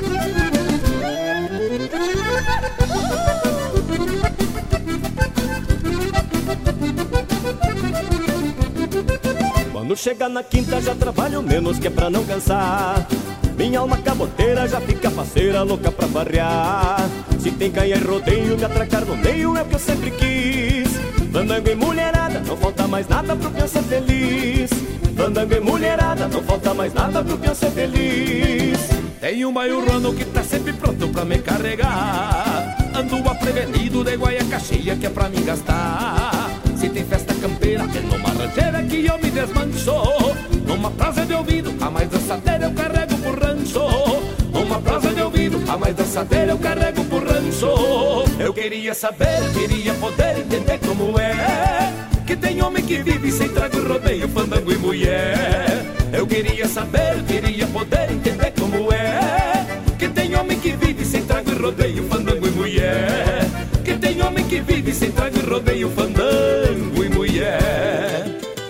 Speaker 13: Quando chega na quinta já trabalho menos, que é pra não cansar. Minha alma caboteira já fica faceira, louca pra farrear. Se tem canha e rodeio, me atracar no meio é o que eu sempre quis. Fandango e mulherada, não falta mais nada pro peão ser feliz. Fandango e mulherada, não falta mais nada pro peão ser feliz.
Speaker 12: Tem um baiurano que tá sempre pronto pra me carregar. Ando aprevenido de guaiaca cheia que é pra mim gastar. Se tem festa campeira é numa rancheira que eu me desmancho. Numa prosa de ouvido, a mais dançadeira eu carrego pro rancho. Numa prosa de ouvido, a mais dançadeira eu carrego pro rancho. Eu queria saber, queria poder entender como é que tem homem que vive sem trago e rodeio, fandango e mulher. Eu queria saber, queria poder entender como é que tem homem que vive sem trago e rodeio, fandango e mulher. Que tem homem que vive sem trago e rodeio, fandango e mulher.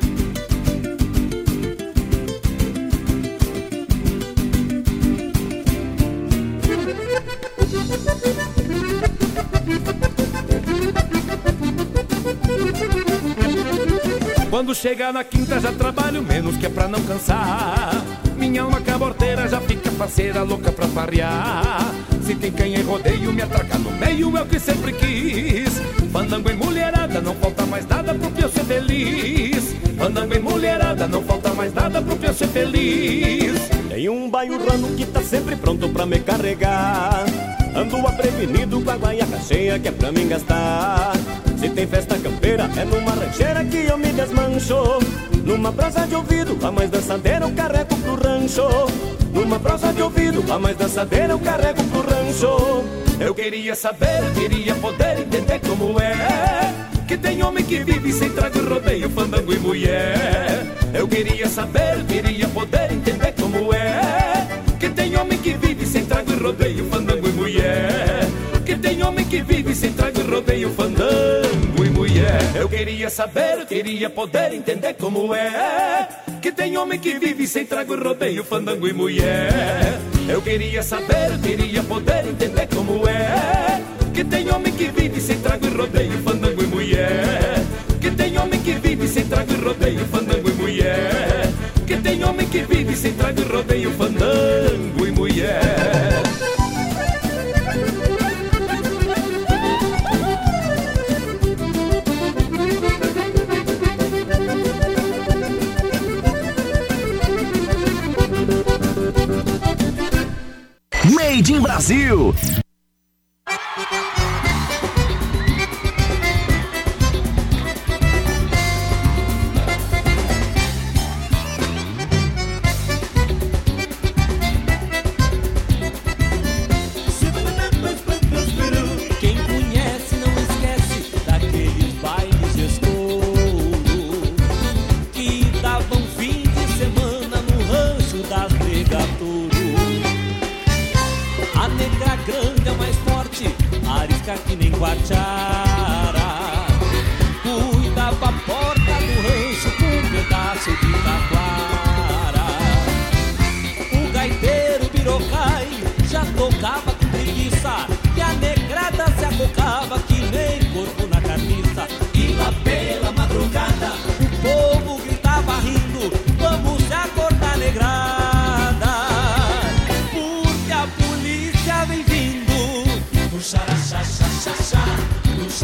Speaker 12: Quando chegar na quinta já trabalho menos que é pra não cansar. Minha alma caborteira já fica faceira, louca pra farrear. Se tem canha e rodeio, me atracar no meio é o que sempre quis. Fandango e mulherada, não falta mais nada pro peão ser feliz. Fandango e mulherada, não falta mais nada pro peão ser feliz.
Speaker 13: Tem um baiurano que tá sempre pronto pra me carregar. Ando aprevenido com a guaiaca cheia que é pra mim gastar. Se tem festa campeira é numa rancheira que eu me desmancho. Numa prosa de ouvido, a mais dançadeira eu carrego pro rancho. Numa prosa de ouvido, a mais dançadeira eu carrego pro rancho.
Speaker 12: Eu queria saber, queria poder entender como é que tem homem que vive sem trago e rodeio, fandango e mulher. Eu queria saber, queria poder entender como é que tem homem que vive sem trago e rodeio, fandango e mulher. Que tem homem que vive sem trago e rodeio, fandango e mulher. Eu queria saber, queria poder entender como é que tem homem que vive sem trago e rodeio, fandango e mulher. Eu queria saber, queria poder entender como é que tem homem que vive sem trago e rodeio, fandango e mulher. Que tem homem que vive sem trago e rodeio, fandango e mulher. Que tem homem que vive sem trago e rodeio, fandango e mulher.
Speaker 1: Made in Brasil.
Speaker 11: Quem conhece não esquece daqueles bailes de estouro que davam fim de semana no rancho das Negatouro. A negra grande é o mais forte, arisca que nem guachara. Cuidava a porta do rancho com um pedaço de taquara. O gaiteiro Birocai já tocava com preguiça e a negrada se acocava que nem corpo na carniça. E lá pela madrugada o povo gritava rindo: vamos acordar negrada, porque a polícia vem vindo. No xaraxá, xá, xá, xá, no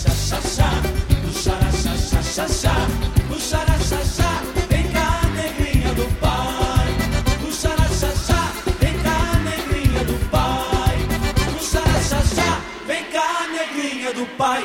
Speaker 9: xaxá, o xará, xaxá, xaxá, o xará, xaxá, vem cá, negrinha do pai. O xará, xaxá, vem cá, negrinha do pai. O xará, xaxá, vem cá, negrinha do pai.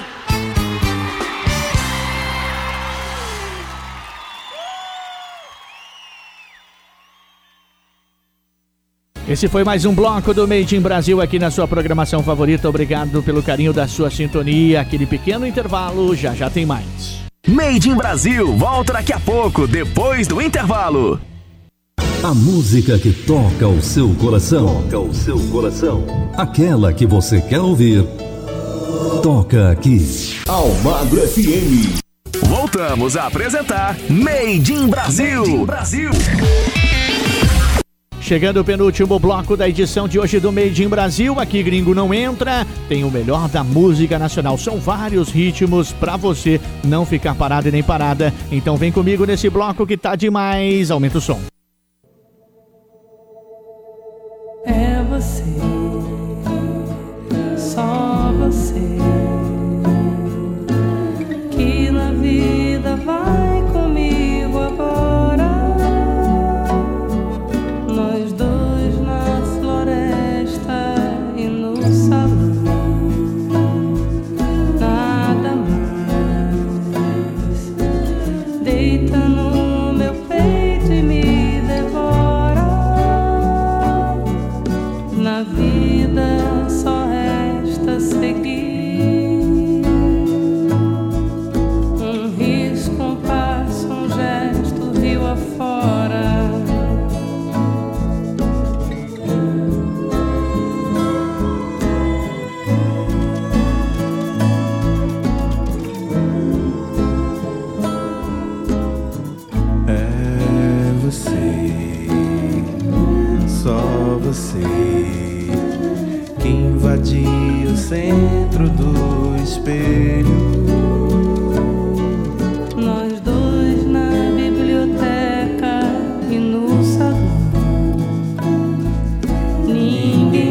Speaker 2: Esse foi mais um bloco do Made in Brasil aqui na sua programação favorita. Obrigado pelo carinho da sua sintonia. Aquele pequeno intervalo, já já tem mais.
Speaker 1: Made in Brasil, volta daqui a pouco, depois do intervalo.
Speaker 7: A música que toca o seu coração. Toca o seu coração. Aquela que você quer ouvir. Toca aqui. Almagro F M.
Speaker 1: Voltamos a apresentar Made in Brasil. Made in Brasil.
Speaker 2: Chegando o penúltimo bloco da edição de hoje do Made in Brasil, aqui Gringo Não Entra, tem o melhor da música nacional. São vários ritmos pra você não ficar parado e nem parada. Então vem comigo nesse bloco que tá demais. Aumenta o som.
Speaker 5: É você, só você, que na vida vai comigo agora. Nós dois na floresta e no salão, nada mais. Deita no meu peito e me devora. Na vida só resta seguir. Um risco, um passo, um gesto, rio afora.
Speaker 3: Só você que invadia o centro do espelho.
Speaker 5: Nós dois na biblioteca e no salão. Ninguém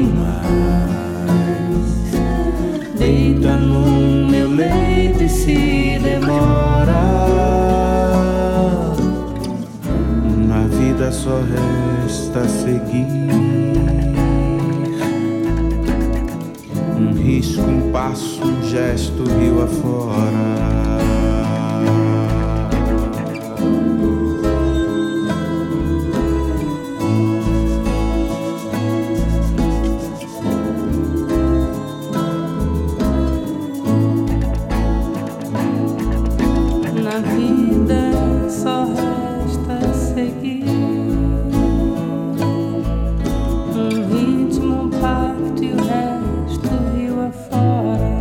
Speaker 5: mais deita no meu leito e se demora.
Speaker 3: Na vida só resta seguir. Um risco, um passo, um gesto, rio afora.
Speaker 5: Na vida só resta seguir. Um ritmo, um pacto e o resto rio afora.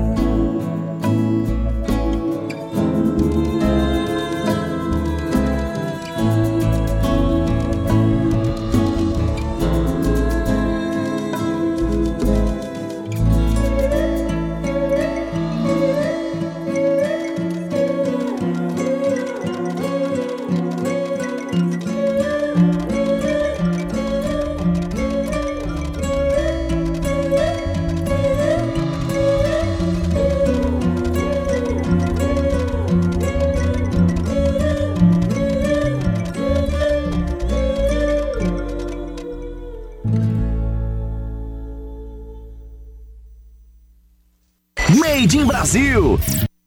Speaker 1: Made in Brasil.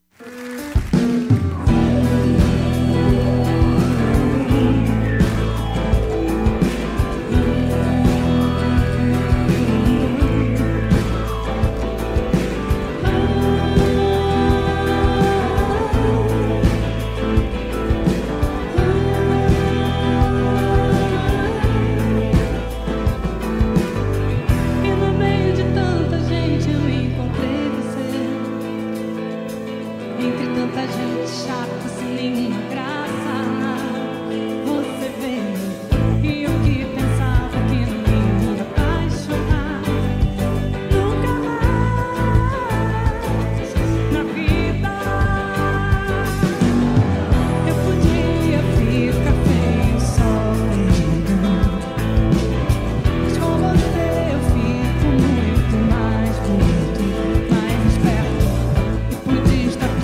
Speaker 5: E no meio de tanta gente eu encontrei você. Entre tanta gente chata sem nenhuma graça, você veio e eu que pensava que não ia me apaixonar nunca mais na vida. Eu podia ficar feio só ligando, mas com você eu fico muito mais bonito, mais esperto. E podia estar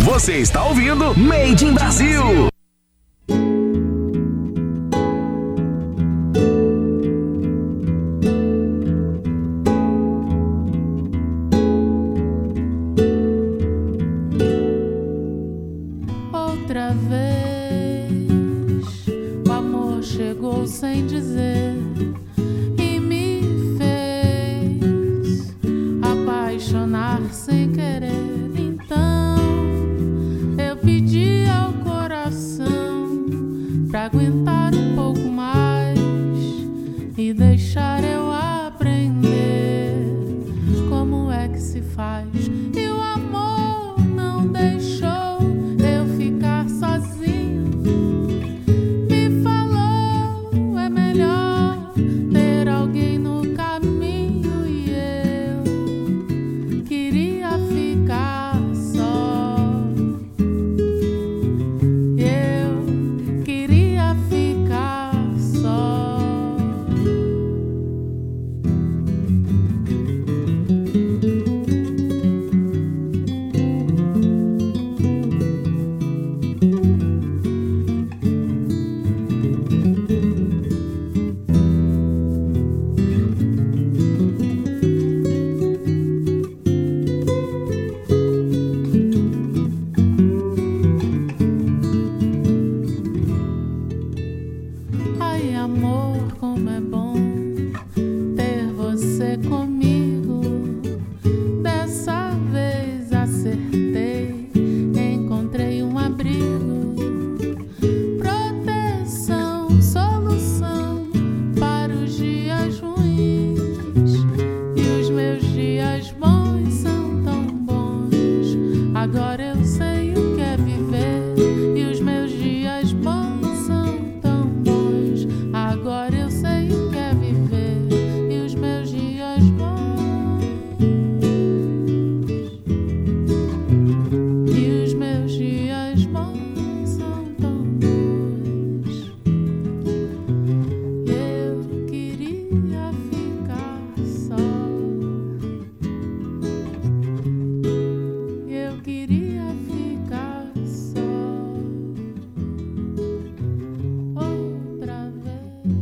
Speaker 1: Você está ouvindo Made in Brasil.
Speaker 14: Outra vez o amor chegou sem dizer e me fez apaixonar sem querer. Então eu pedi ao coração pra aguentar um pouco mais e deixar eu aprender como é que se faz. E o amor não deixou eu ficar sozinho. Me falou, é melhor ter alguém no caminho. E eu queria ficar só. Eu queria ficar só. Ai, amor, como é bom ter você comigo. Dessa vez acertei, encontrei um abrigo, proteção, solução para os dias ruins. E os meus dias bons são tão bons. Agora eu sei o que é viver. E os meus dias bons são tão bons. Agora eu sei o que é viver. E os meus dias bons. E os meus dias bons são tão bons. Eu queria ficar só. Eu queria ficar só. Outra vez.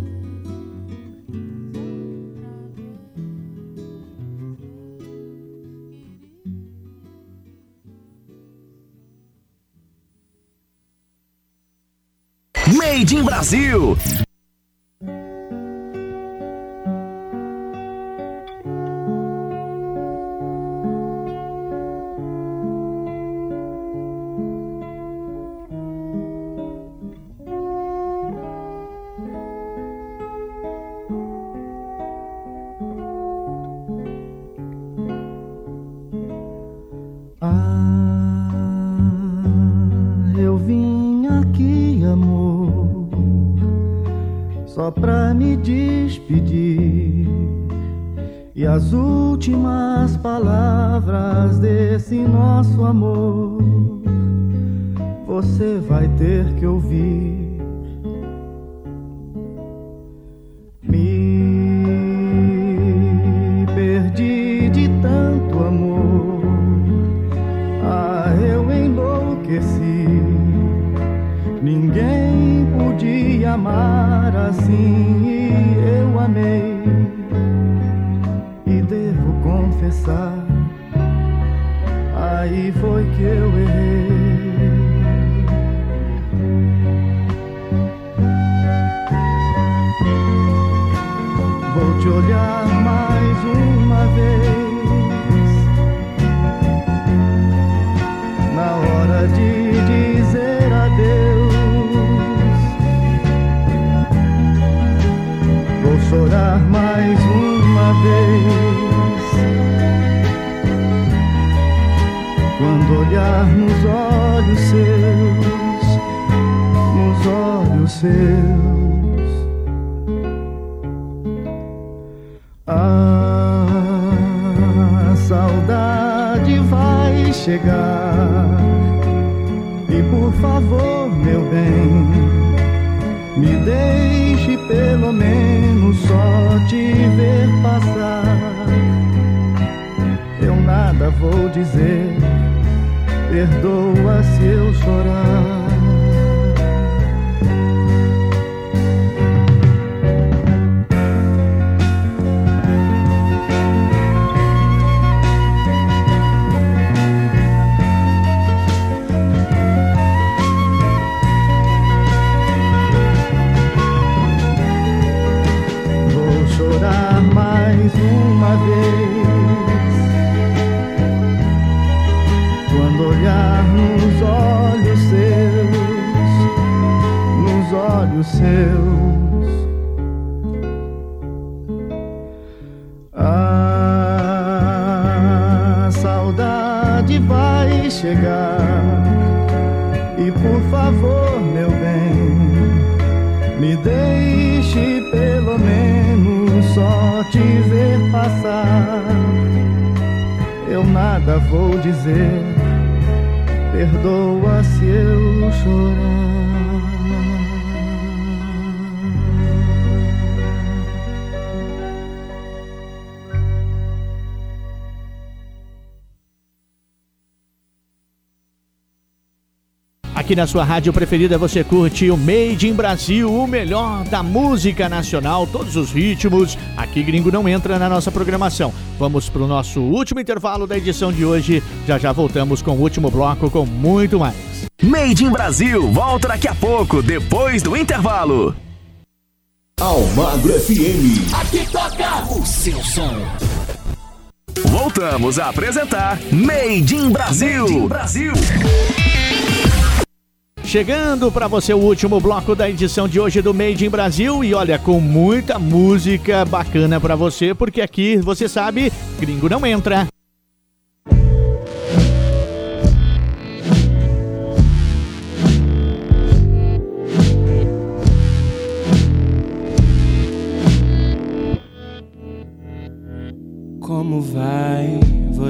Speaker 1: Made in Brasil.
Speaker 8: Eu vim aqui, amor, só pra me despedir. E as últimas palavras desse nosso amor você vai ter que ouvir. Me perdi de tanto amor. Ah, eu enlouqueci. Ninguém podia amar assim e eu amei. E devo confessar, aí foi que eu errei. Vou te olhar mais uma vez, na hora de dizer adeus. Vou chorar mais uma vez, quando olhar nos olhos seus, nos olhos seus. A saudade vai chegar. E por favor, meu bem, me deixe pelo menos só te ver passar. Eu nada vou dizer, perdoa se eu chorar. Mais uma vez, quando olhar nos olhos seus, nos olhos seus, a saudade vai chegar. E por favor, meu bem, me deixe pelo menos só te ver passar. Eu nada vou dizer, perdoa se eu chorar.
Speaker 2: Aqui na sua rádio preferida você curte o Made in Brasil, o melhor da música nacional, todos os ritmos. Aqui Gringo Não Entra na nossa programação. Vamos para o nosso último intervalo da edição de hoje. Já já voltamos com o último bloco com muito mais.
Speaker 1: Made in Brasil volta daqui a pouco, depois do intervalo.
Speaker 7: Almagro F M.
Speaker 1: Aqui toca o seu som. Voltamos a apresentar Made in Brasil. Made in Brasil.
Speaker 2: Chegando para você o último bloco da edição de hoje do Made in Brasil e olha, com muita música bacana para você, porque aqui, você sabe, Gringo Não Entra.
Speaker 3: Como vai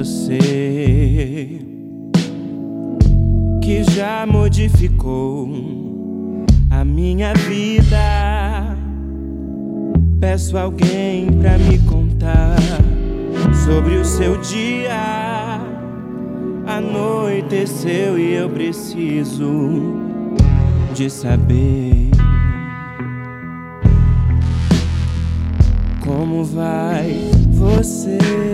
Speaker 3: você, que já modificou a minha vida? Peço alguém pra me contar sobre o seu dia. Anoiteceu e eu preciso de saber como vai você,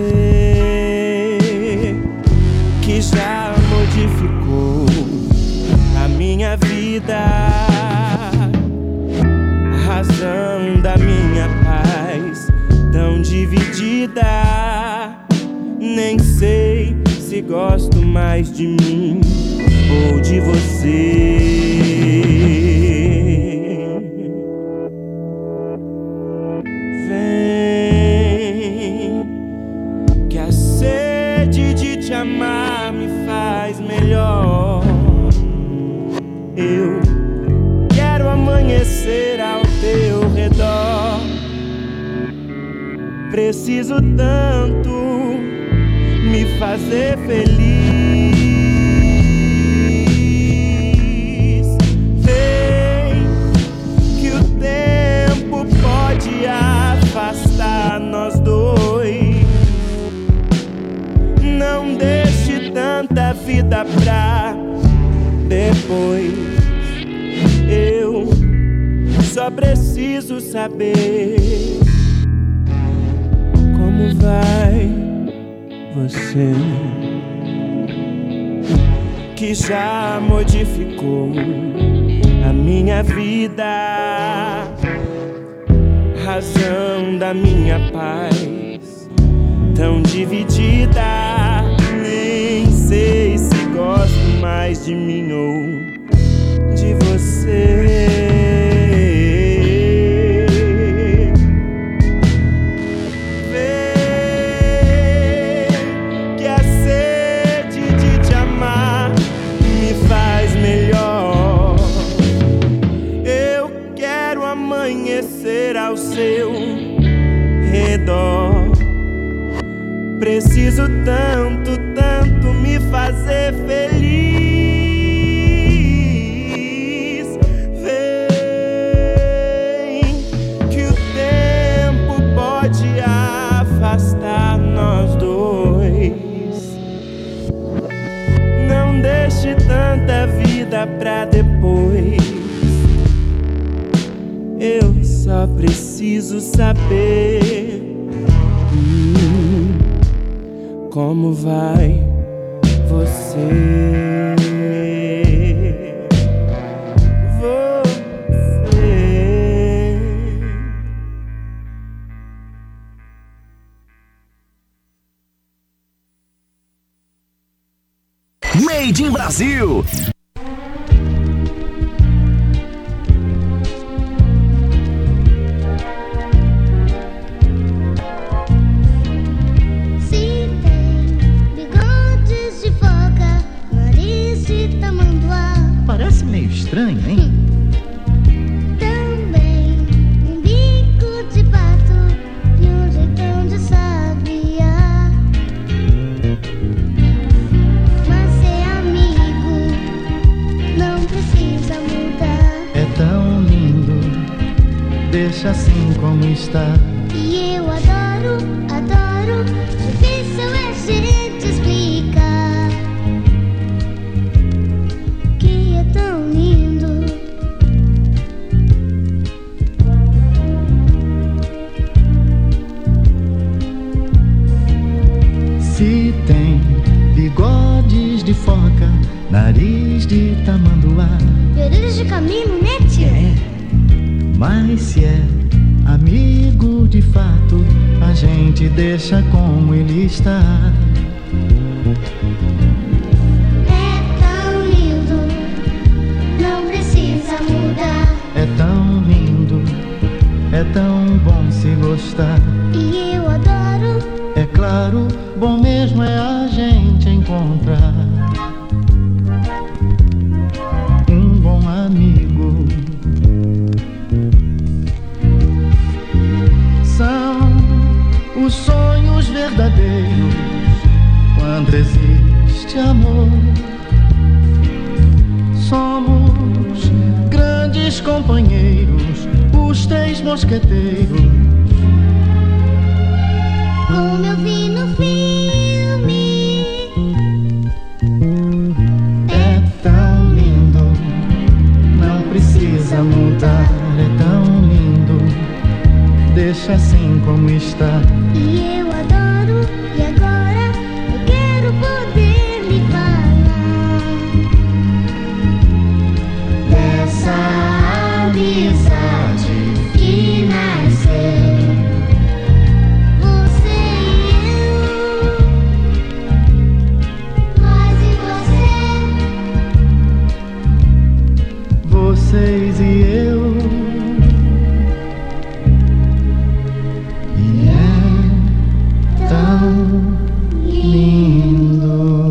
Speaker 3: que já modificou a minha vida, a razão da minha paz tão dividida. Nem sei se gosto mais de mim ou de você. Vem, que a sede de te amar me faz melhor. Eu quero amanhecer ao teu redor. Preciso tanto me fazer feliz. Vem, que o tempo pode afastar nós dois. Não deixe tanta vida pra depois. Eu só preciso saber como vai você, que já modificou a minha vida, razão da minha paz tão dividida. Nem sei se gosto mais de mim ou de você. Vem, que a sede de te amar me faz melhor. Eu quero amanhecer ao seu redor. Preciso tanto, tanto me fazer feliz. Vem, que o tempo pode afastar nós dois. Não deixe só preciso saber hum, como vai você.
Speaker 1: Made in Brasil.
Speaker 15: Se tem bigodes de foca, nariz de tamanduá.
Speaker 16: Parece meio estranho, hein?
Speaker 15: Também um bico de pato e um jeitão de sabiá. Mas ser amigo não precisa mudar.
Speaker 16: É tão lindo, deixa assim como está.
Speaker 15: E eu adoro, adoro, difícil é gente explicar que é tão lindo.
Speaker 16: Se tem bigodes de foca, nariz de tamanduá.
Speaker 15: E orelhas de camelo, né, tio?
Speaker 16: Mas se é amigo de fato, a gente deixa como ele está.
Speaker 15: É tão lindo, não precisa mudar.
Speaker 16: É tão lindo, é tão bom se gostar.
Speaker 15: E eu adoro,
Speaker 16: É claro, bom mesmo é a gente encontrar um bom amigo. São os sonhos verdadeiros quando existe amor. Somos grandes companheiros, os três mosqueteiros.
Speaker 15: como eu vi no filme.
Speaker 16: É tão lindo, não precisa mudar. É tão lindo, deixa assim como está.
Speaker 15: E eu adoro, e agora eu quero poder lhe falar dessa amizade que nasceu. Você e eu, nós e você,
Speaker 16: Vocês e eu. E é tão lindo.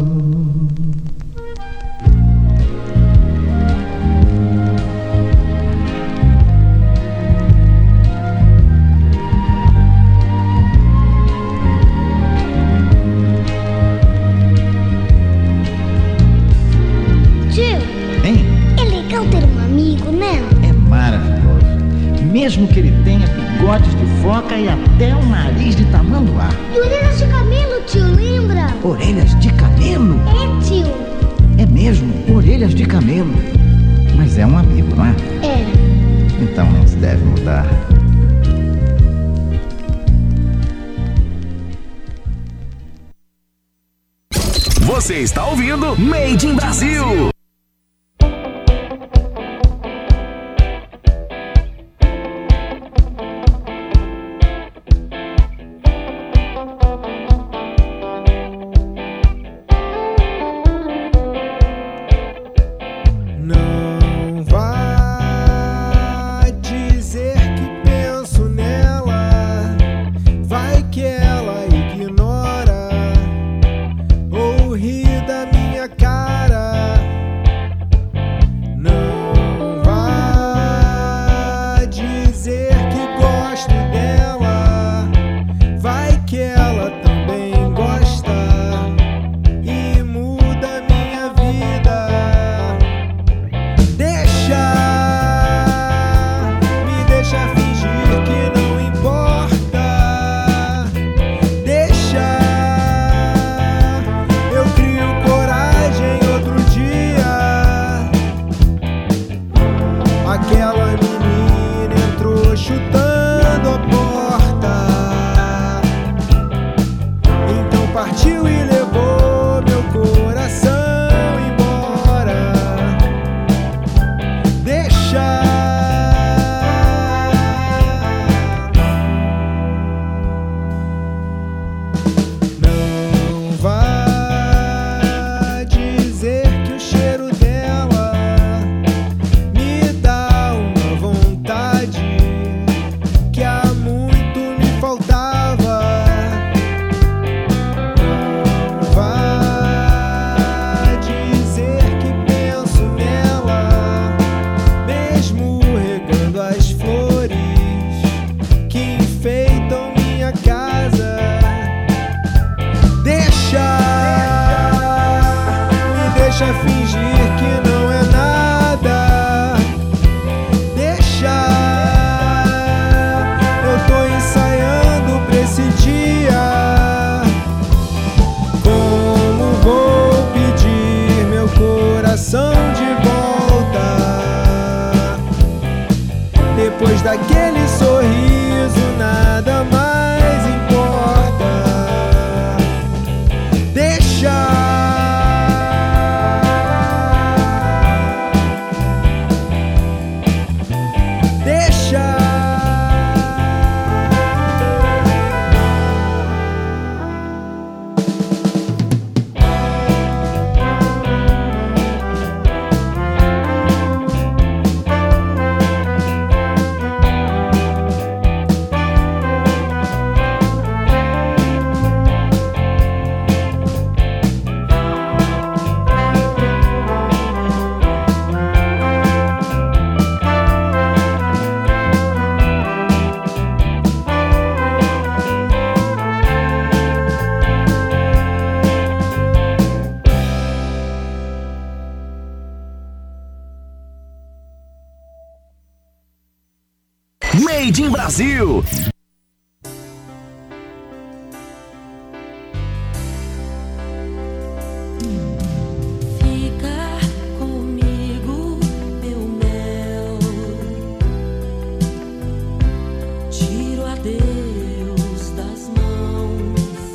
Speaker 15: tio,
Speaker 16: Hein?
Speaker 15: é legal ter um amigo, né?
Speaker 16: É maravilhoso. Mesmo que ele tenha bigodes de foca e até um nariz de tamanduá.
Speaker 15: E orelhas de camelo, tio, lembra?
Speaker 16: Orelhas de camelo?
Speaker 15: É, tio.
Speaker 16: É mesmo, orelhas de camelo. Mas é um amigo, não é?
Speaker 15: É.
Speaker 16: Então não se deve mudar.
Speaker 1: Você está ouvindo Made in Brasil.
Speaker 3: Não vai dizer que penso nela, vai que ela ignora ou ri da minha cara. Não vai dizer que gosto dela, vai que ela também gosta e muda minha vida. Depois daquele sorriso nada mais importa. Deixa
Speaker 1: Made in Brasil.
Speaker 10: Fica comigo, meu mel. Tiro a Deus das mãos.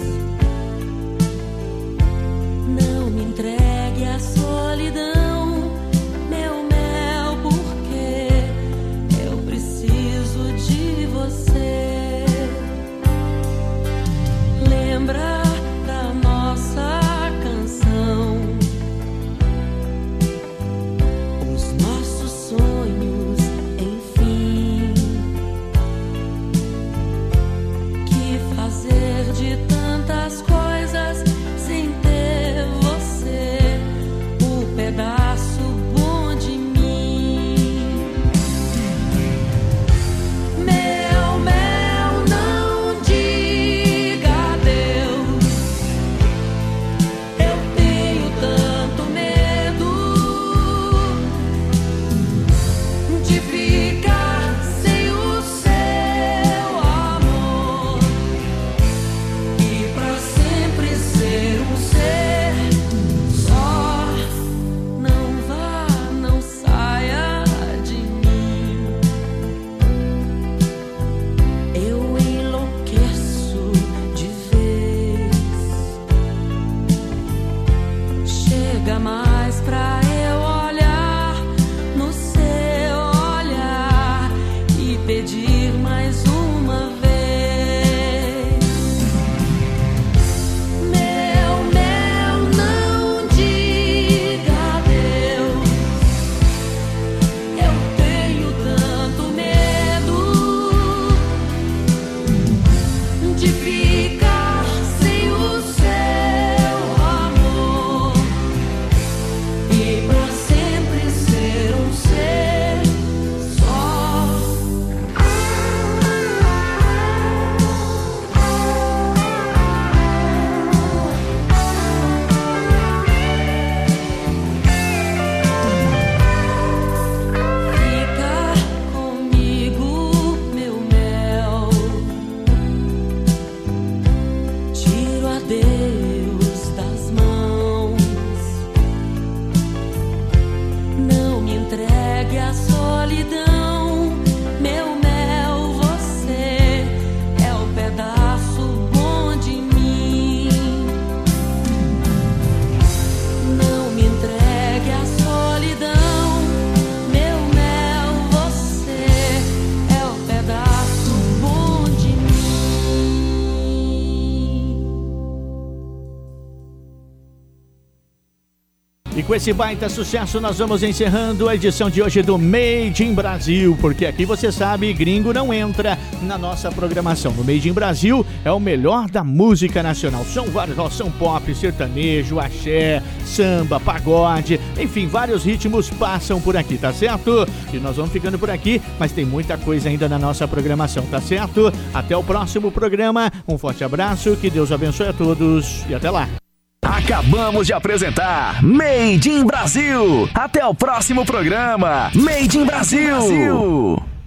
Speaker 10: Não me entregue à solidão, meu mel, porque eu preciso de você. Lembra da nossa canção, os nossos sonhos, enfim. Que fazer de tantas coisas sem ter você, o pedaço bom de mim. Meu mel, não diga adeus. Eu tenho tanto medo de ficar sem o seu amor e pra sempre ser um ser só. Não vá, não saia de mim. Eu enlouqueço de vez. Chega mais pra eu olhar no seu olhar e pedir mais uma vez. Meu mel, não diga adeus. Eu tenho tanto medo de ficar sem o seu amor e pra sempre ser um ser só. Fica comigo, meu mel. Tiro a Deus das mãos. Não me entregue à solidão, meu mel. Você é o pedaço bom de mim. Não me entregue à solidão, meu mel. Você é o pedaço bom de mim.
Speaker 2: E com esse baita sucesso nós vamos encerrando a edição de hoje do Made in Brasil, porque aqui você sabe, gringo não entra na nossa programação. No Made in Brasil é o melhor da música nacional. São vários, ó, são pop, sertanejo, axé, samba, pagode, enfim, vários ritmos passam por aqui, tá certo? E nós vamos ficando por aqui, mas tem muita coisa ainda na nossa programação, tá certo? Até o próximo programa, um forte abraço, que Deus abençoe a todos e até lá.
Speaker 1: Acabamos de apresentar Made in Brasil. Até o próximo programa. Made in Brasil.